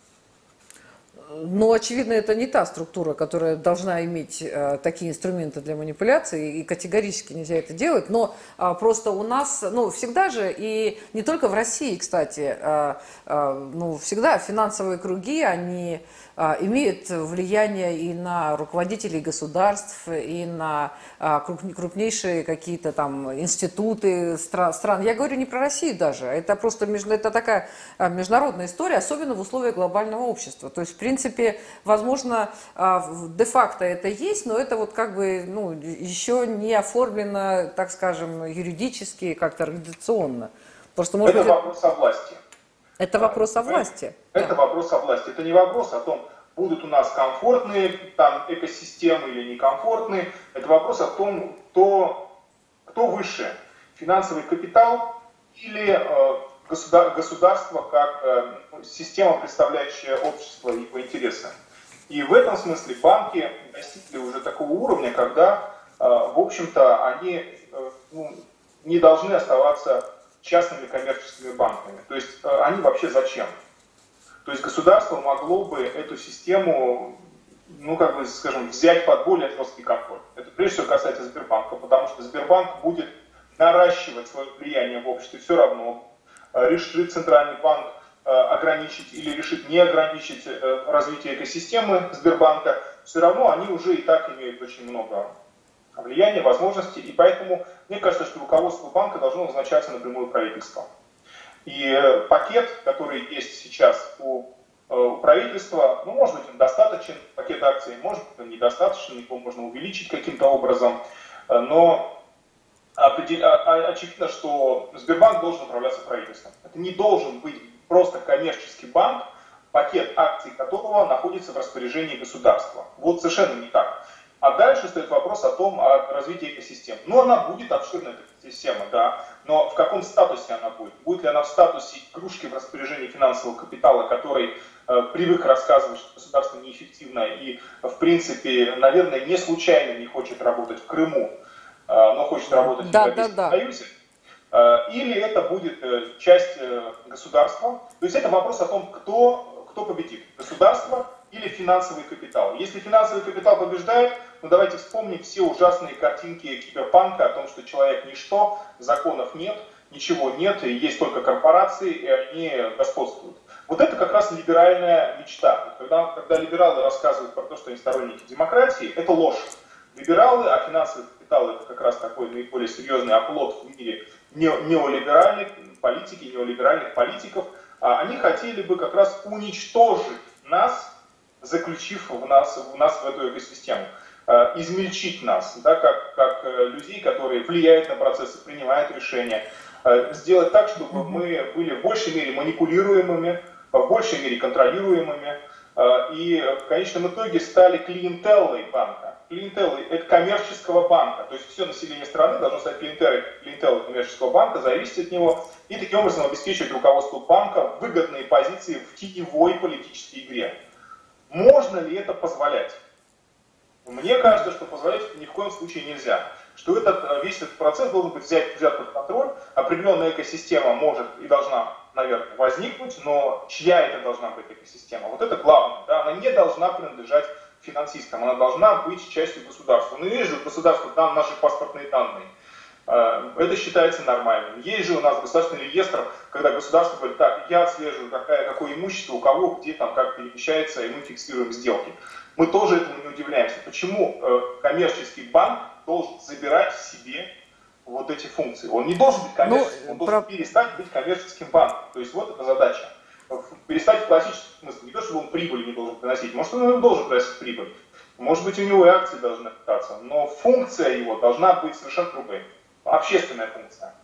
Ну, очевидно, это не та структура, которая должна иметь э, такие инструменты для манипуляции, и категорически нельзя это делать, но э, просто у нас, ну, всегда же, и не только в России, кстати, э, э, ну, всегда финансовые круги, они э, имеют влияние и на руководителей государств, и на э, крупнейшие какие-то там институты стран, стран. Я говорю не про Россию даже, это просто это такая э, международная история, особенно в условиях глобального общества. То есть, в принципе, В принципе, возможно, де-факто это есть, но это вот как бы ну, еще не оформлено, так скажем, юридически, как-то организационно. Просто, может это быть, вопрос о власти. Это вопрос о власти. Это да. вопрос о власти. Это не вопрос о том, будут у нас комфортные там, экосистемы или некомфортные. Это вопрос о том, кто, кто выше. Финансовый капитал или э, государство как э, система, представляющая общество и его интересы. И в этом смысле банки достигли уже такого уровня, когда, э, в общем-то, они э, ну, не должны оставаться частными коммерческими банками. То есть э, они вообще зачем? То есть государство могло бы эту систему, ну, как бы, скажем, взять под более жесткий контроль. Это прежде всего касается Сбербанка, потому что Сбербанк будет наращивать свое влияние в обществе все равно. Решит Центральный банк ограничить или решит не ограничить развитие экосистемы Сбербанка, все равно они уже и так имеют очень много влияния, возможностей, и поэтому мне кажется, что руководство банка должно назначаться напрямую правительством. И пакет, который есть сейчас у, у правительства, ну, может быть, он достаточен, пакет акций, может быть, он недостаточен, его можно увеличить каким-то образом, но очевидно, что Сбербанк должен управляться правительством. Это не должен быть просто коммерческий банк, пакет акций которого находится в распоряжении государства. Вот совершенно не так. А дальше стоит вопрос о том, о развитии экосистем. Ну, она будет обширная экосистема, да, но в каком статусе она будет? Будет ли она в статусе игрушки в распоряжении финансового капитала, который э, привык рассказывать, что государство неэффективно и, в принципе, наверное, не случайно не хочет работать в Крыму, но хочет работать да, в Европейском да, да. Союзе, или это будет часть государства. То есть это вопрос о том, кто, кто победит, государство или финансовый капитал. Если финансовый капитал побеждает, ну давайте вспомним все ужасные картинки киберпанка о том, что человек ничто, законов нет, ничего нет, и есть только корпорации, и они господствуют. Вот это как раз либеральная мечта. Когда, когда либералы рассказывают про то, что они сторонники демократии, это ложь. Либералы, а финансовый капитал это как раз такой наиболее серьезный оплот в мире неолиберальной политики, неолиберальных политиков, они хотели бы как раз уничтожить нас, заключив в нас, в нас в эту экосистему, измельчить нас, да, как, как людей, которые влияют на процессы, принимают решения, сделать так, чтобы мы были в большей мере манипулируемыми, в большей мере контролируемыми, и в конечном итоге стали клиентеллой банка. Клиентеллой это коммерческого банка, то есть все население страны должно стать клиентеллой, клиентеллой коммерческого банка, зависеть от него, и таким образом обеспечивать руководству банка выгодные позиции в теневой политической игре. Можно ли это позволять? Мне кажется, что позволять ни в коем случае нельзя. Что этот, весь этот процесс должен быть взять, взят под контроль, определенная экосистема может и должна, наверное, возникнуть, но чья это должна быть экосистема? Вот это главное. Да? Она не должна принадлежать финансистам, она должна быть частью государства. Ну есть же у государства дан, наши паспортные данные. Это считается нормальным. Есть же у нас государственный реестр, когда государство говорит, так, я отслеживаю, какое, какое имущество у кого, где там, как перемещается, и мы фиксируем сделки. Мы тоже этому не удивляемся. Почему коммерческий банк должен забирать себе вот эти функции? Он не должен быть коммерческим, он должен перестать быть коммерческим банком. То есть вот эта задача. Перестать в классическом смысле. Не то, чтобы он прибыли не должен приносить. Может, он и должен приносить прибыль. Может быть, у него и акции должны питаться. Но функция его должна быть совершенно другой. Общественная функция.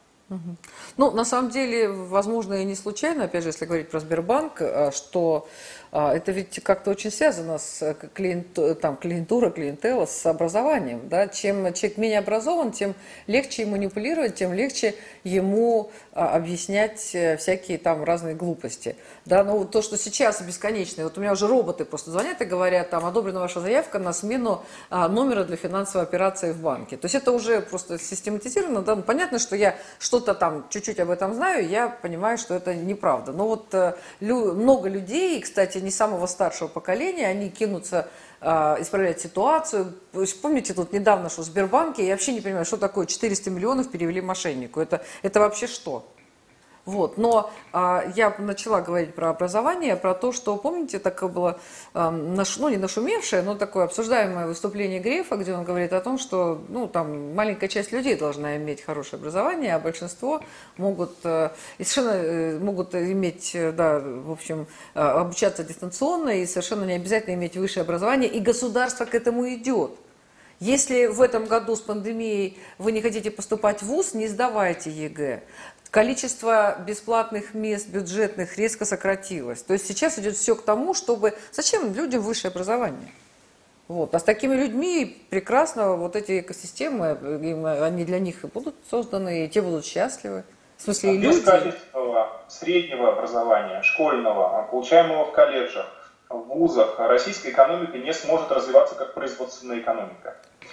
Ну, на самом деле, возможно, и не случайно, опять же, если говорить про Сбербанк, что это ведь как-то очень связано с клиент, там, клиентура, клиентела, с образованием. Да? Чем человек менее образован, тем легче ему манипулировать, тем легче ему объяснять всякие там разные глупости. Да? Ну, то, что сейчас бесконечно, вот у меня уже роботы просто звонят и говорят, там, одобрена ваша заявка на смену номера для финансовой операции в банке. То есть это уже просто систематизировано. Да? Ну, понятно, что я что-то там чуть-чуть об этом знаю, я понимаю, что это неправда. Но вот лю- много людей, кстати, не самого старшего поколения, они кинутся э, исправлять ситуацию. Помните, тут недавно, что в Сбербанке, я вообще не понимаю, что такое четыреста миллионов перевели мошеннику. Это, это вообще что? Вот. Но а, я начала говорить про образование, про то, что, помните, такое было, а, наш, ну не нашумевшее, но такое обсуждаемое выступление Грефа, где он говорит о том, что ну, там, маленькая часть людей должна иметь хорошее образование, а большинство могут, а, и совершенно могут иметь, да, в общем, а, обучаться дистанционно и совершенно не обязательно иметь высшее образование, и государство к этому идет. Если в этом году с пандемией вы не хотите поступать в вуз, не сдавайте ЕГЭ. Количество бесплатных мест бюджетных резко сократилось. То есть сейчас идет все к тому, чтобы... Зачем людям высшее образование? Вот. А с такими людьми прекрасно вот эти экосистемы, они для них и будут созданы, и те будут счастливы. В смысле, и без люди... качественного среднего образования, школьного, получаемого в колледжах, в вузах, российская экономика не сможет развиваться как производственная экономика.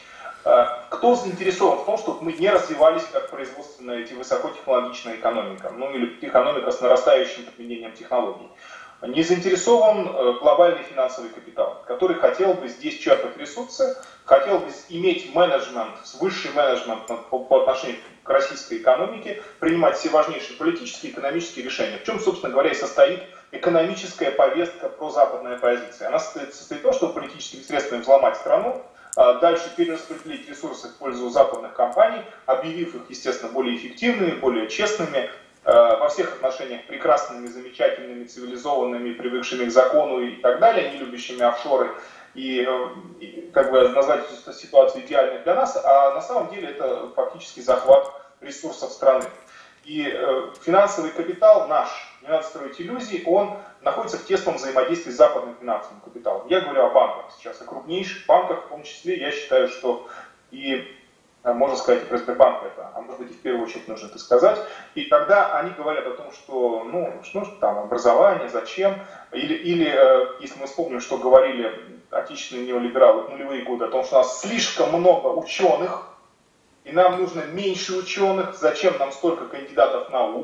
Кто заинтересован в том, чтобы мы не развивались как производственная и высокотехнологичная экономика, ну или экономика с нарастающим применением технологий? Не заинтересован глобальный финансовый капитал, который хотел бы здесь черпать ресурсы, хотел бы иметь менеджмент, высший менеджмент по, по отношению к российской экономике, принимать все важнейшие политические и экономические решения. В чем, собственно говоря, и состоит экономическая повестка прозападная позиция. Она состоит, состоит в том, чтобы политическими средствами взломать страну, дальше перераспределить ресурсы в пользу западных компаний, объявив их, естественно, более эффективными, более честными, во всех отношениях прекрасными, замечательными, цивилизованными, привыкшими к закону и так далее, не любящими офшоры, и, и как бы назвать эту ситуацию идеальной для нас, а на самом деле это фактически захват ресурсов страны. И э, финансовый капитал наш, не надо строить иллюзий, он находится в тесном взаимодействии с западным финансовым капиталом. Я говорю о банках сейчас, о крупнейших банках, в том числе я считаю, что и, можно сказать, и про Сбербанк это, а может быть и в первую очередь нужно это сказать. И когда они говорят о том, что, ну, что там, образование, зачем, или, или э, если мы вспомним, что говорили отечественные неолибералы в нулевые годы, о том, что у нас слишком много ученых, и нам нужно меньше ученых, зачем нам столько кандидатов наук,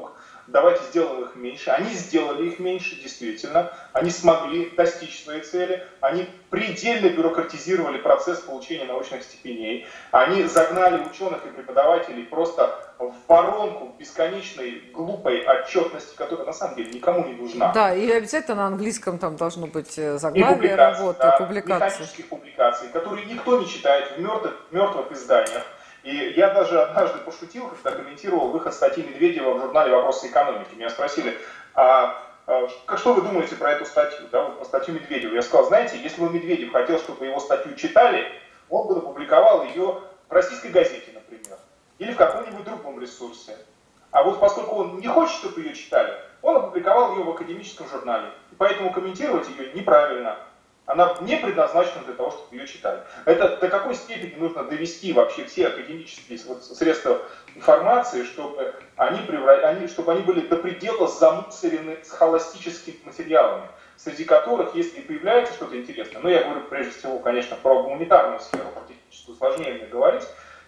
давайте сделаем их меньше. Они сделали их меньше, действительно. Они смогли достичь своей цели. Они предельно бюрократизировали процесс получения научных степеней. Они загнали ученых и преподавателей просто в воронку бесконечной глупой отчетности, которая на самом деле никому не нужна. Да, и обязательно на английском там должно быть И заглавие публикации, работы, да, публикации. механических публикаций, которые никто не читает в мертвых, мертвых изданиях. И я даже однажды пошутил, когда комментировал выход статьи Медведева в журнале «Вопросы экономики». Меня спросили, а, а что вы думаете про эту статью, да, вот про статью Медведева? Я сказал, знаете, если бы Медведев хотел, чтобы его статью читали, он бы опубликовал ее в российской газете, например, или в каком-нибудь другом ресурсе. А вот поскольку он не хочет, чтобы ее читали, он опубликовал ее в академическом журнале. И поэтому комментировать ее неправильно. Она не предназначена для того, чтобы ее читали. Это до какой степени нужно довести вообще все академические вот средства информации, чтобы они, превра... они, чтобы они были до предела замусорены с холостическими материалами, среди которых, если и появляется что-то интересное, ну я говорю прежде всего, конечно, про гуманитарную сферу, про техническую, сложнее мне говорить,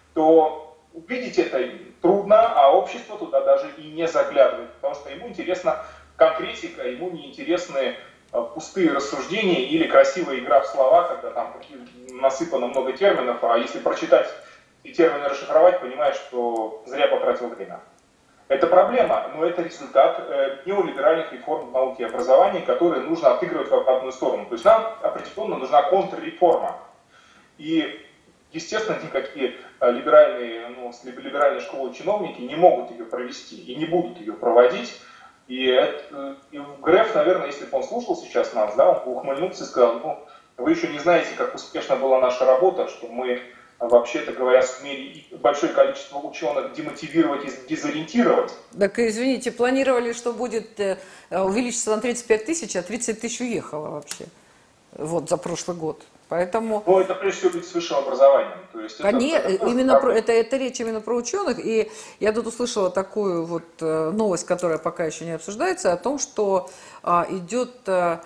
то увидеть это трудно, а общество туда даже и не заглядывает, потому что ему интересна конкретика, ему не интересны пустые рассуждения или красивая игра в слова, когда там насыпано много терминов, а если прочитать и термины расшифровать, понимаешь, что зря потратил время. Это проблема, но это результат э, неолиберальных реформ в науке и образовании, которые нужно отыгрывать в одну сторону. То есть нам определенно нужна контрреформа. И, естественно, никакие либеральные, ну, либеральные школы чиновники не могут ее провести и не будут ее проводить. И, это, и Греф, наверное, если бы он слушал сейчас нас, да, он бы ухмыльнулся и сказал, ну, вы еще не знаете, как успешна была наша работа, что мы, вообще-то говоря, сумели большое количество ученых демотивировать и дезориентировать. Так, извините, планировали, что будет э, увеличиться на тридцать пять тысяч, а тридцать тысяч уехало вообще, вот, за прошлый год. Поэтому... Ну, это прежде всего люди с высшим образованием. То есть это, Они, это, именно про, это, это речь именно про ученых, и я тут услышала такую вот э, новость, которая пока еще не обсуждается, о том, что э, идет э,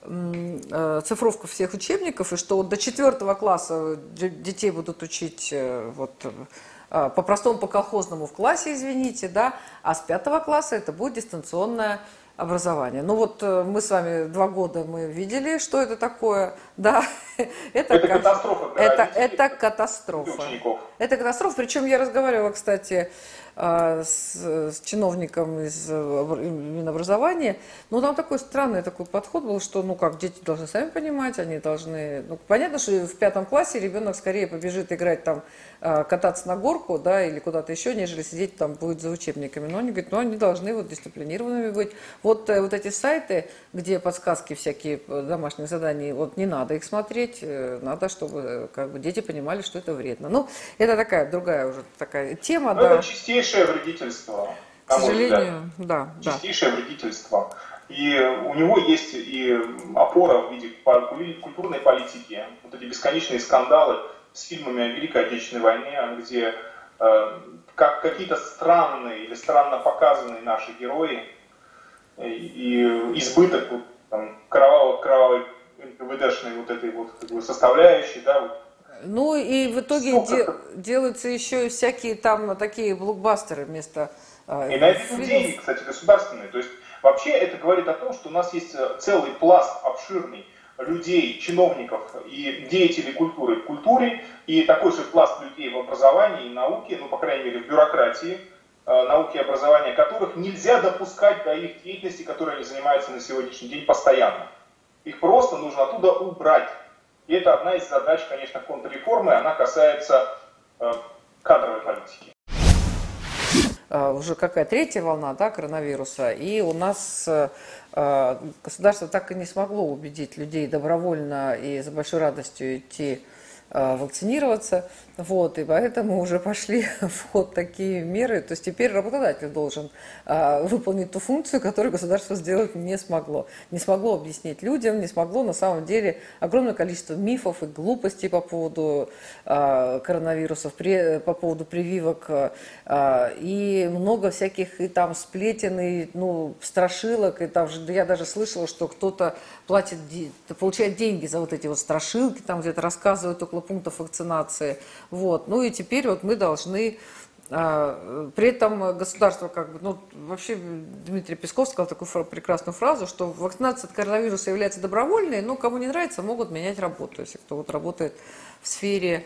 э, цифровка всех учебников, и что вот до четвертого класса детей будут учить э, вот, э, по-простому, по-колхозному в классе, извините, да, а с пятого класса это будет дистанционное образование. Ну вот мы с вами два года мы видели, что это такое, да. Это, это катастрофа. Это, это катастрофа. Это катастрофа. Причем я разговаривала, кстати, с, с чиновником из Минобразования. Ну, там такой странный такой подход был, что, ну как, дети должны сами понимать, они должны... Ну, понятно, что в пятом классе ребенок скорее побежит играть там, кататься на горку, да, или куда-то еще, нежели сидеть там будет за учебниками. Но они говорят, ну, они должны вот дисциплинированными быть. Вот, вот эти сайты, где подсказки всякие, домашних заданий, вот не надо их смотреть, надо, чтобы как бы дети понимали, что это вредно. Ну, это такая другая уже такая тема, но да. Это чистейшее вредительство. К сожалению, да. Чистейшее да. вредительство. И у него есть и опора в виде культурной политики. Вот эти бесконечные скандалы с фильмами о Великой Отечественной войне, где э, как какие-то странные или странно показанные наши герои и, и избыток вот, там, кровавой, кровавой эн ка вэ дэшной вот этой вот как бы, составляющей, да, вот. Ну и в итоге де делаются еще всякие там такие блокбастеры вместо э, И на это деньги, кстати, государственные. То есть вообще это говорит о том, что у нас есть целый пласт обширный людей, чиновников и деятелей культуры в культуре, и такой же пласт людей в образовании и науке, ну, по крайней мере, в бюрократии э, науки и образования, которых нельзя допускать до их деятельности, которой они занимаются на сегодняшний день постоянно. Их просто нужно оттуда убрать. И это одна из задач, конечно, контрреформы, она касается э, кадровой политики. Уже какая третья волна, да, коронавируса, и у нас э, государство так и не смогло убедить людей добровольно и с большой радостью идти э, вакцинироваться, вот, и поэтому уже пошли в ход такие меры, то есть теперь работодатель должен э, выполнить ту функцию, которую государство сделать не смогло, не смогло объяснить людям, не смогло на самом деле огромное количество мифов и глупостей по поводу э, коронавирусов, при, по поводу прививок, э, и много всяких и там сплетен, и, ну, страшилок, и там же, я даже слышала, что кто-то платит, получает деньги за вот эти вот страшилки, там где-то рассказывают около пунктов вакцинации. Вот. Ну и теперь вот мы должны При этом государство, как бы, ну, вообще Дмитрий Песков сказал такую фра- прекрасную фразу, что вакцинация от коронавируса является добровольной, но кому не нравится, могут менять работу, если кто вот работает в сфере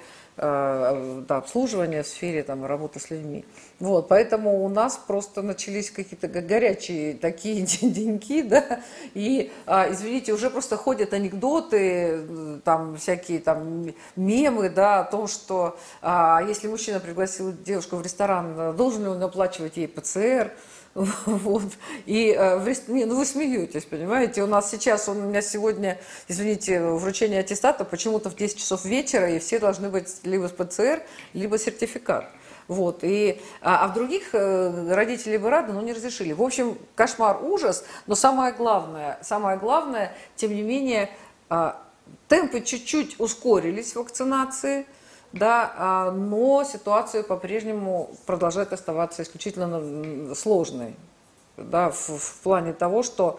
э, да, обслуживания, в сфере там, работы с людьми. Вот, поэтому у нас просто начались какие-то горячие такие деньки, да, и, а, извините, уже просто ходят анекдоты, там всякие там мемы, да, о том, что а, если мужчина пригласил девушку в ресторан, должен ли он оплачивать ей ПЦР, вот, и э, в рест... не, ну вы смеетесь, понимаете, у нас сейчас, у меня сегодня, извините, вручение аттестата почему-то в десять часов вечера, и все должны быть либо с ПЦР, либо сертификат. Вот, и, а, а в других э, родители бы рады, но не разрешили. В общем, кошмар, ужас, но самое главное, самое главное, тем не менее, э, темпы чуть-чуть ускорились вакцинации, да, а, но ситуация по-прежнему продолжает оставаться исключительно сложной, да, в, в плане того, что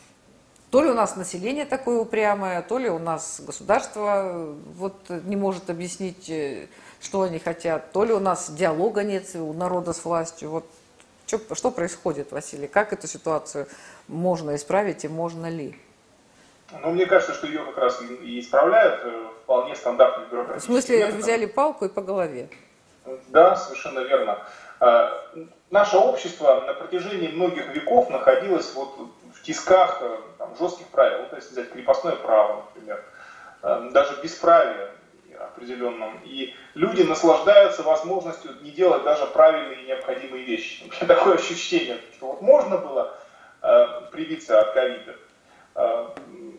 то ли у нас население такое упрямое, то ли у нас государство вот не может объяснить, что они хотят, то ли у нас диалога нет у народа с властью. Вот что, что происходит, Василий? Как эту ситуацию можно исправить и можно ли? Ну, мне кажется, что ее как раз и исправляют вполне стандартный бюрократический В смысле, метод. взяли палку и по голове? Да, совершенно верно. Наше общество на протяжении многих веков находилось вот в тисках там, жестких правил. Ну, то есть взять крепостное право, например, даже бесправие определенном. И люди наслаждаются возможностью не делать даже правильные и необходимые вещи. У меня такое ощущение, что вот можно было э, привиться от ковида, э,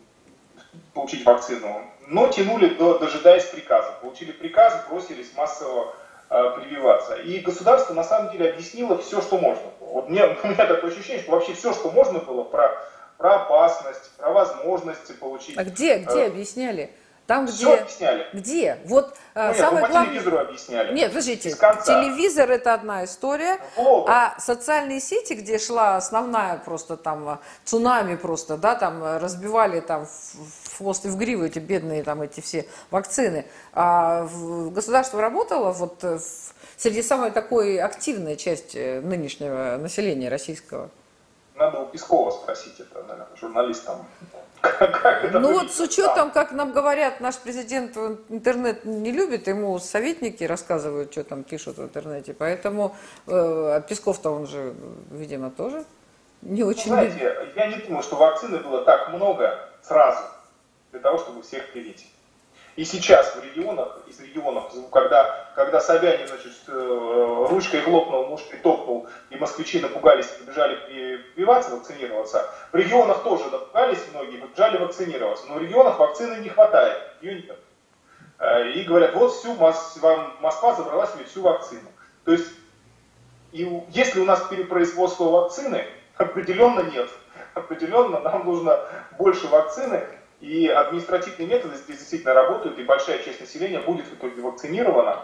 получить вакцину, но тянули, до, дожидаясь приказа. Получили приказ, бросились массово э, прививаться. И государство на самом деле объяснило все, что можно было. Вот мне, у меня такое ощущение, что вообще все, что можно было про, про опасность, про возможности получить. А где, где э, объясняли? Там, где... Все объясняли. Где? Вот Ну, нет, самое по главное... телевизору объясняли. Нет, подождите, С конца. телевизор это одна история, Вот. а социальные сети, где шла основная просто там цунами просто, да, там разбивали там в хвост и в гриву эти бедные там эти все вакцины, а государство работало вот в, среди самой такой активной части нынешнего населения российского. Надо у Пескова спросить, это, наверное, журналистам. Как это ну выглядит? вот с учетом, как нам говорят, наш президент интернет не любит, ему советники рассказывают, что там пишут в интернете, поэтому э, Песков-то он же, видимо, тоже не очень... Ну, знаете, я не думаю, что вакцины было так много сразу для того, чтобы всех привить. И сейчас в регионах, из регионов, когда, когда Собянин, значит, ручкой хлопнул, мушкой топнул, и москвичи напугались и побежали прививаться, вакцинироваться, в регионах тоже напугались многие, побежали вакцинироваться. Но в регионах вакцины не хватает, ее нет. И говорят, вот всю Москва забрала себе всю вакцину. То есть, и если у нас перепроизводство вакцины, определенно нет. Определенно нам нужно больше вакцины. И административные методы здесь действительно работают, и большая часть населения будет в итоге вакцинирована.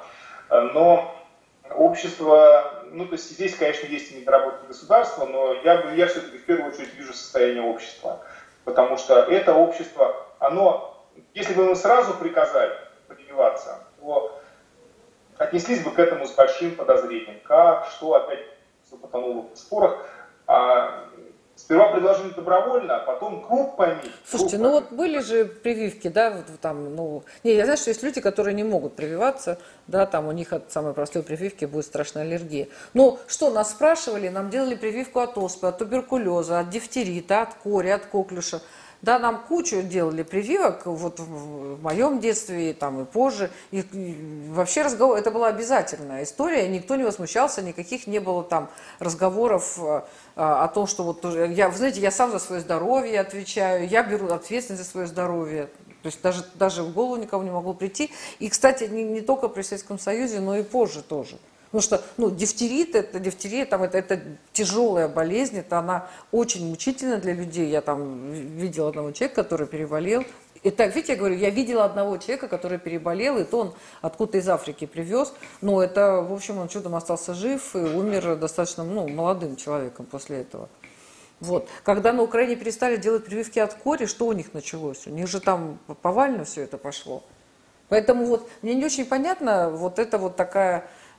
Но общество, ну то есть здесь, конечно, есть и недоработки государства, но я, бы, я все-таки в первую очередь вижу состояние общества. Потому что это общество, оно, если бы мы сразу приказали прививаться, то отнеслись бы к этому с большим подозрением. Как, что, опять все потонуло в спорах. А сперва предложили добровольно, а потом группами. Слушайте, группами. Ну вот были же прививки, да, вот там, ну, не, я знаю, что есть люди, которые не могут прививаться, да, там у них от самой простой прививки будет страшная аллергия. Ну, что, нас спрашивали, нам делали прививку от оспы, от туберкулеза, от дифтерита, от кори, от коклюша. Да, нам кучу делали прививок, вот в моем детстве, и, там, и позже. И, и вообще разговор, это была обязательная история, никто не возмущался, никаких не было там разговоров а, о том, что вот, я, вы знаете, я сам за свое здоровье отвечаю, я беру ответственность за свое здоровье. То есть даже, даже в голову никому не могло прийти. И, кстати, не, не только при Советском Союзе, но и позже тоже. Потому что, ну, дифтерит, это, дифтерия, там, это, это тяжелая болезнь, это она очень мучительна для людей. Я там видела одного человека, который переболел. И так, видите, я говорю, я видела одного человека, который переболел, и то он откуда-то из Африки привез. Но это, в общем, он чудом остался жив и умер достаточно, ну, молодым человеком после этого. Вот. Когда на Украине перестали делать прививки от кори, что у них началось? У них же там повально все это пошло. Поэтому вот мне не очень понятно вот это вот такая...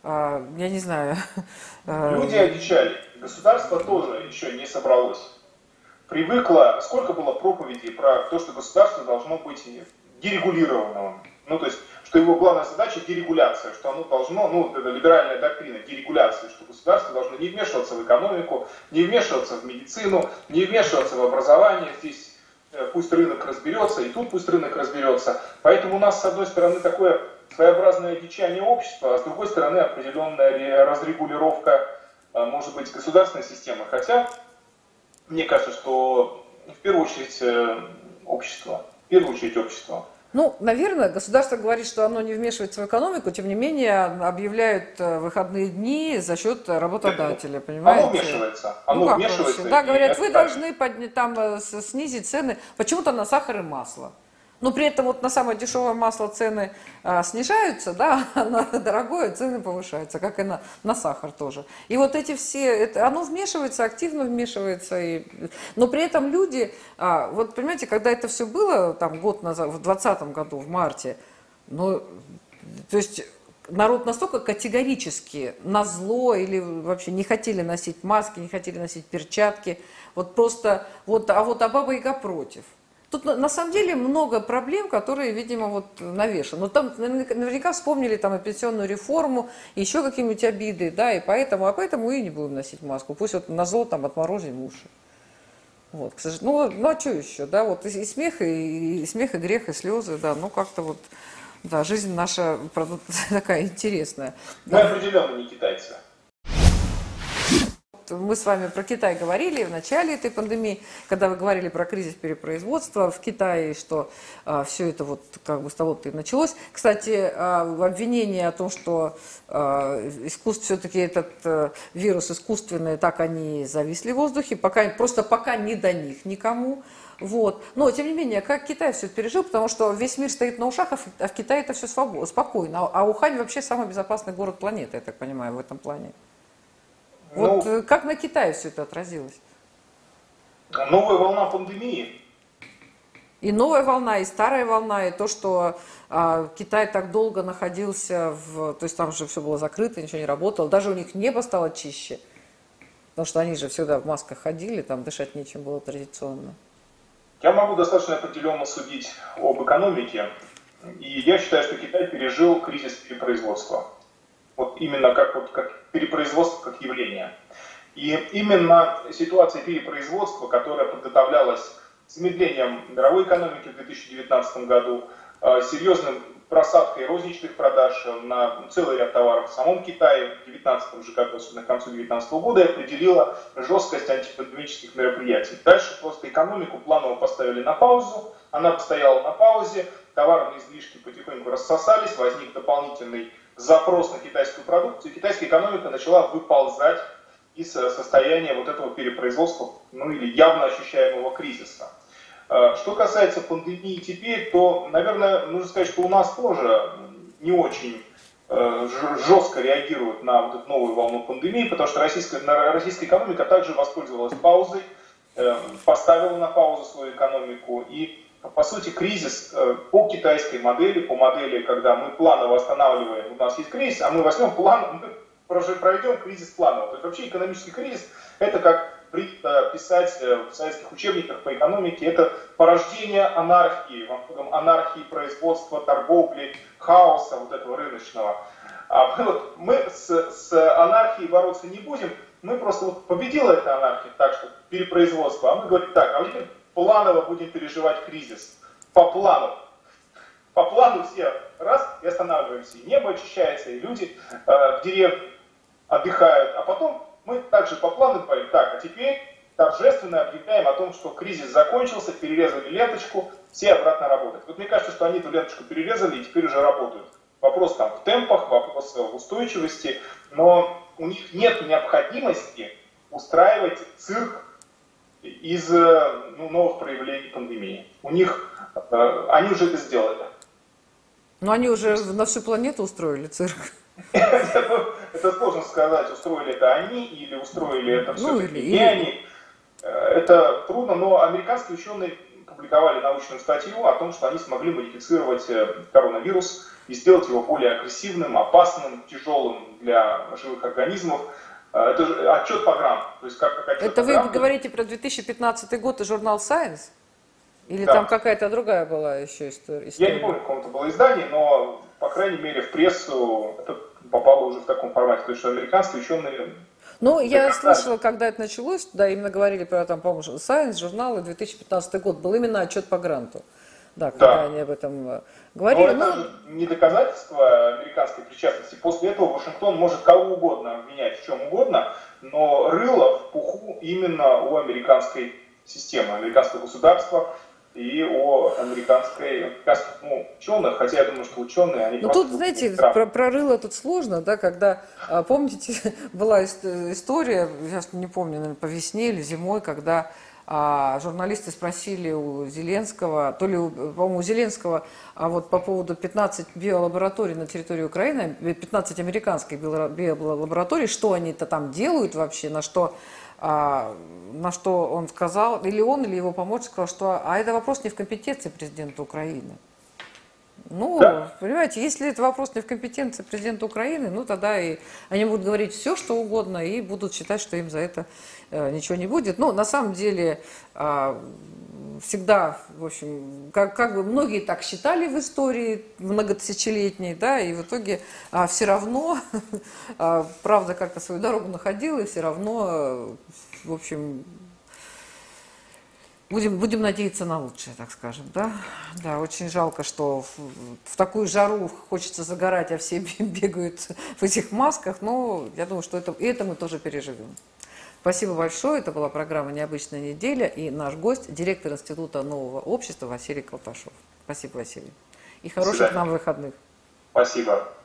я не знаю... Люди одичали, государство тоже еще не собралось. Привыкло, сколько было проповедей про то, что государство должно быть дерегулированным. Ну, то есть, что его главная задача дерегуляция, что оно должно, ну, это либеральная доктрина дерегуляции, что государство должно не вмешиваться в экономику, не вмешиваться в медицину, не вмешиваться в образование. Здесь пусть рынок разберется, и тут пусть рынок разберется. Поэтому у нас, с одной стороны, такое своеобразное одичание общества, а с другой стороны, определенная разрегулировка, может быть, государственной системы. Хотя, мне кажется, что в первую очередь общество, в первую очередь общество. Ну, наверное, государство говорит, что оно не вмешивается в экономику, тем не менее объявляют выходные дни за счет работодателя, понимаете? Оно вмешивается. Оно ну, вмешивается. Да, говорят, вы должны поднять, там, снизить цены почему-то на сахар и масло. Но при этом вот на самое дешевое масло цены а, снижаются, да, а на дорогое цены повышаются, как и на, на сахар тоже. И вот эти все, это, оно вмешивается, активно вмешивается. И, но при этом люди, а, вот понимаете, когда это все было, там год назад, в двадцатом году, в марте, ну, то есть народ настолько категорически назло или вообще не хотели носить маски, не хотели носить перчатки, вот просто, вот, а вот а Баба-Яга против. Тут на самом деле много проблем, которые, видимо, вот навешаны. Но там наверняка вспомнили там и пенсионную реформу, и еще какие-нибудь обиды, да, и поэтому, а поэтому и не будем носить маску. Пусть вот назло там отморозим уши. Вот, к сожалению. Ну, ну а что еще, да, вот и, и смех, и, и смех, и грех, и слезы, да, ну как-то вот, да, жизнь наша такая интересная. Мы Да. определенно не китайцы. Мы с вами про Китай говорили в начале этой пандемии, когда вы говорили про кризис перепроизводства в Китае, что а, все это вот как бы с того-то и началось. Кстати, а, обвинение о том, что а, искусство, все-таки этот а, вирус искусственный, так они зависли в воздухе, пока, просто пока не до них никому. Вот. Но, тем не менее, как Китай все это пережил, потому что весь мир стоит на ушах, а в Китае это все свободно, спокойно. А Ухань вообще самый безопасный город планеты, я так понимаю, в этом плане. Вот ну, как на Китае все это отразилось? Новая волна пандемии. И новая волна, и старая волна, и то, что а, Китай так долго находился в... То есть там же все было закрыто, ничего не работало. Даже у них небо стало чище. Потому что они же всегда в масках ходили, там дышать нечем было традиционно. Я могу достаточно определенно судить об экономике. И я считаю, что Китай пережил кризис перепроизводства. Вот именно как, вот, как перепроизводство как явление. И именно ситуация перепроизводства, которая подготовлялась замедлением мировой экономики в две тысячи девятнадцатом году, серьезным просадкой розничных продаж на целый ряд товаров в самом Китае в две тысячи девятнадцатом же году, особенно к концу две тысячи девятнадцатого года, и определила жесткость антипандемических мероприятий. Дальше просто экономику планово поставили на паузу, она постояла на паузе, товарные излишки потихоньку рассосались, возник дополнительный запрос на китайскую продукцию, и китайская экономика начала выползать из состояния вот этого перепроизводства, ну или явно ощущаемого кризиса. Что касается пандемии теперь, то, наверное, нужно сказать, что у нас тоже не очень жестко реагируют на вот эту новую волну пандемии, потому что российская, российская экономика также воспользовалась паузой, поставила на паузу свою экономику, и по сути, кризис по китайской модели, по модели, когда мы планово останавливаем, у нас есть кризис, а мы возьмем план, мы проведем кризис планово. То есть вообще экономический кризис, это как писать в советских учебниках по экономике, это порождение анархии, во многом анархии производства, торговли, хаоса вот этого рыночного. А мы, вот, мы с, с анархией бороться не будем, мы просто вот победила эта анархия, так что перепроизводство, а мы говорим так, а вот теперь планово будем переживать кризис. По плану. По плану все раз и останавливаемся. И небо очищается, и люди э, в деревне отдыхают. А потом мы также по плану говорим, так, а теперь торжественно объявляем о том, что кризис закончился, перерезали ленточку, все обратно работают. Вот мне кажется, что они эту ленточку перерезали и теперь уже работают. Вопрос там в темпах, вопрос в устойчивости, но у них нет необходимости устраивать цирк из ну, новых проявлений пандемии. У них, э, они уже это сделали. Но они уже на всю планету устроили цирк. Это сложно сказать, устроили это они или устроили это все-таки не они. Это трудно, но американские ученые публиковали научную статью о том, что они смогли модифицировать коронавирус и сделать его более агрессивным, опасным, тяжелым для живых организмов. Это же отчет Пограм. То есть как, как Это Пограм, вы говорите про две тысячи пятнадцатый год и журнал Science? Или да. Там какая-то другая была еще история? Я не помню, в каком-то было издании, но, по крайней мере, в прессу это попало уже в таком формате. То есть, что американские ученые... Ну, я слышала, когда это началось, да, именно говорили про, там, по-моему, Science, журналы, две тысячи пятнадцатый год, был именно отчет по гранту. Да, когда да. они об этом говорили. Но это но... же не доказательство американской причастности. После этого Вашингтон может кого угодно обвинять в чем угодно, но рыло в пуху именно у американской системы, американского государства и о американской, ну, ученых, хотя я думаю, что ученые, они Ну просто... тут, знаете, про, про рыло тут сложно, да, когда, помните, была история, я не помню, наверное, по весне или зимой, когда а, журналисты спросили у Зеленского, то ли, по-моему, у Зеленского, а вот по поводу пятнадцати биолабораторий на территории Украины, пятнадцати американских биолабораторий, что они-то там делают вообще, на что... А, на что он сказал, или он, или его помощник сказал, что а это вопрос не в компетенции президента Украины. Ну, да. Понимаете, если это вопрос не в компетенции президента Украины, ну тогда и они будут говорить все, что угодно, и будут считать, что им за это э, ничего не будет. Но на самом деле э, всегда, в общем, как, как бы многие так считали в истории многотысячелетней, да, и в итоге а, все равно, а, правда, как-то свою дорогу находила, и все равно, в общем, будем, будем надеяться на лучшее, так скажем, да. Да, очень жалко, что в, в такую жару хочется загорать, а все бегают в этих масках, но я думаю, что это, и это мы тоже переживем. Спасибо большое. Это была программа «Необычная неделя» и наш гость, директор Института нового общества Василий Колташов. Спасибо, Василий. И хороших нам выходных. Спасибо.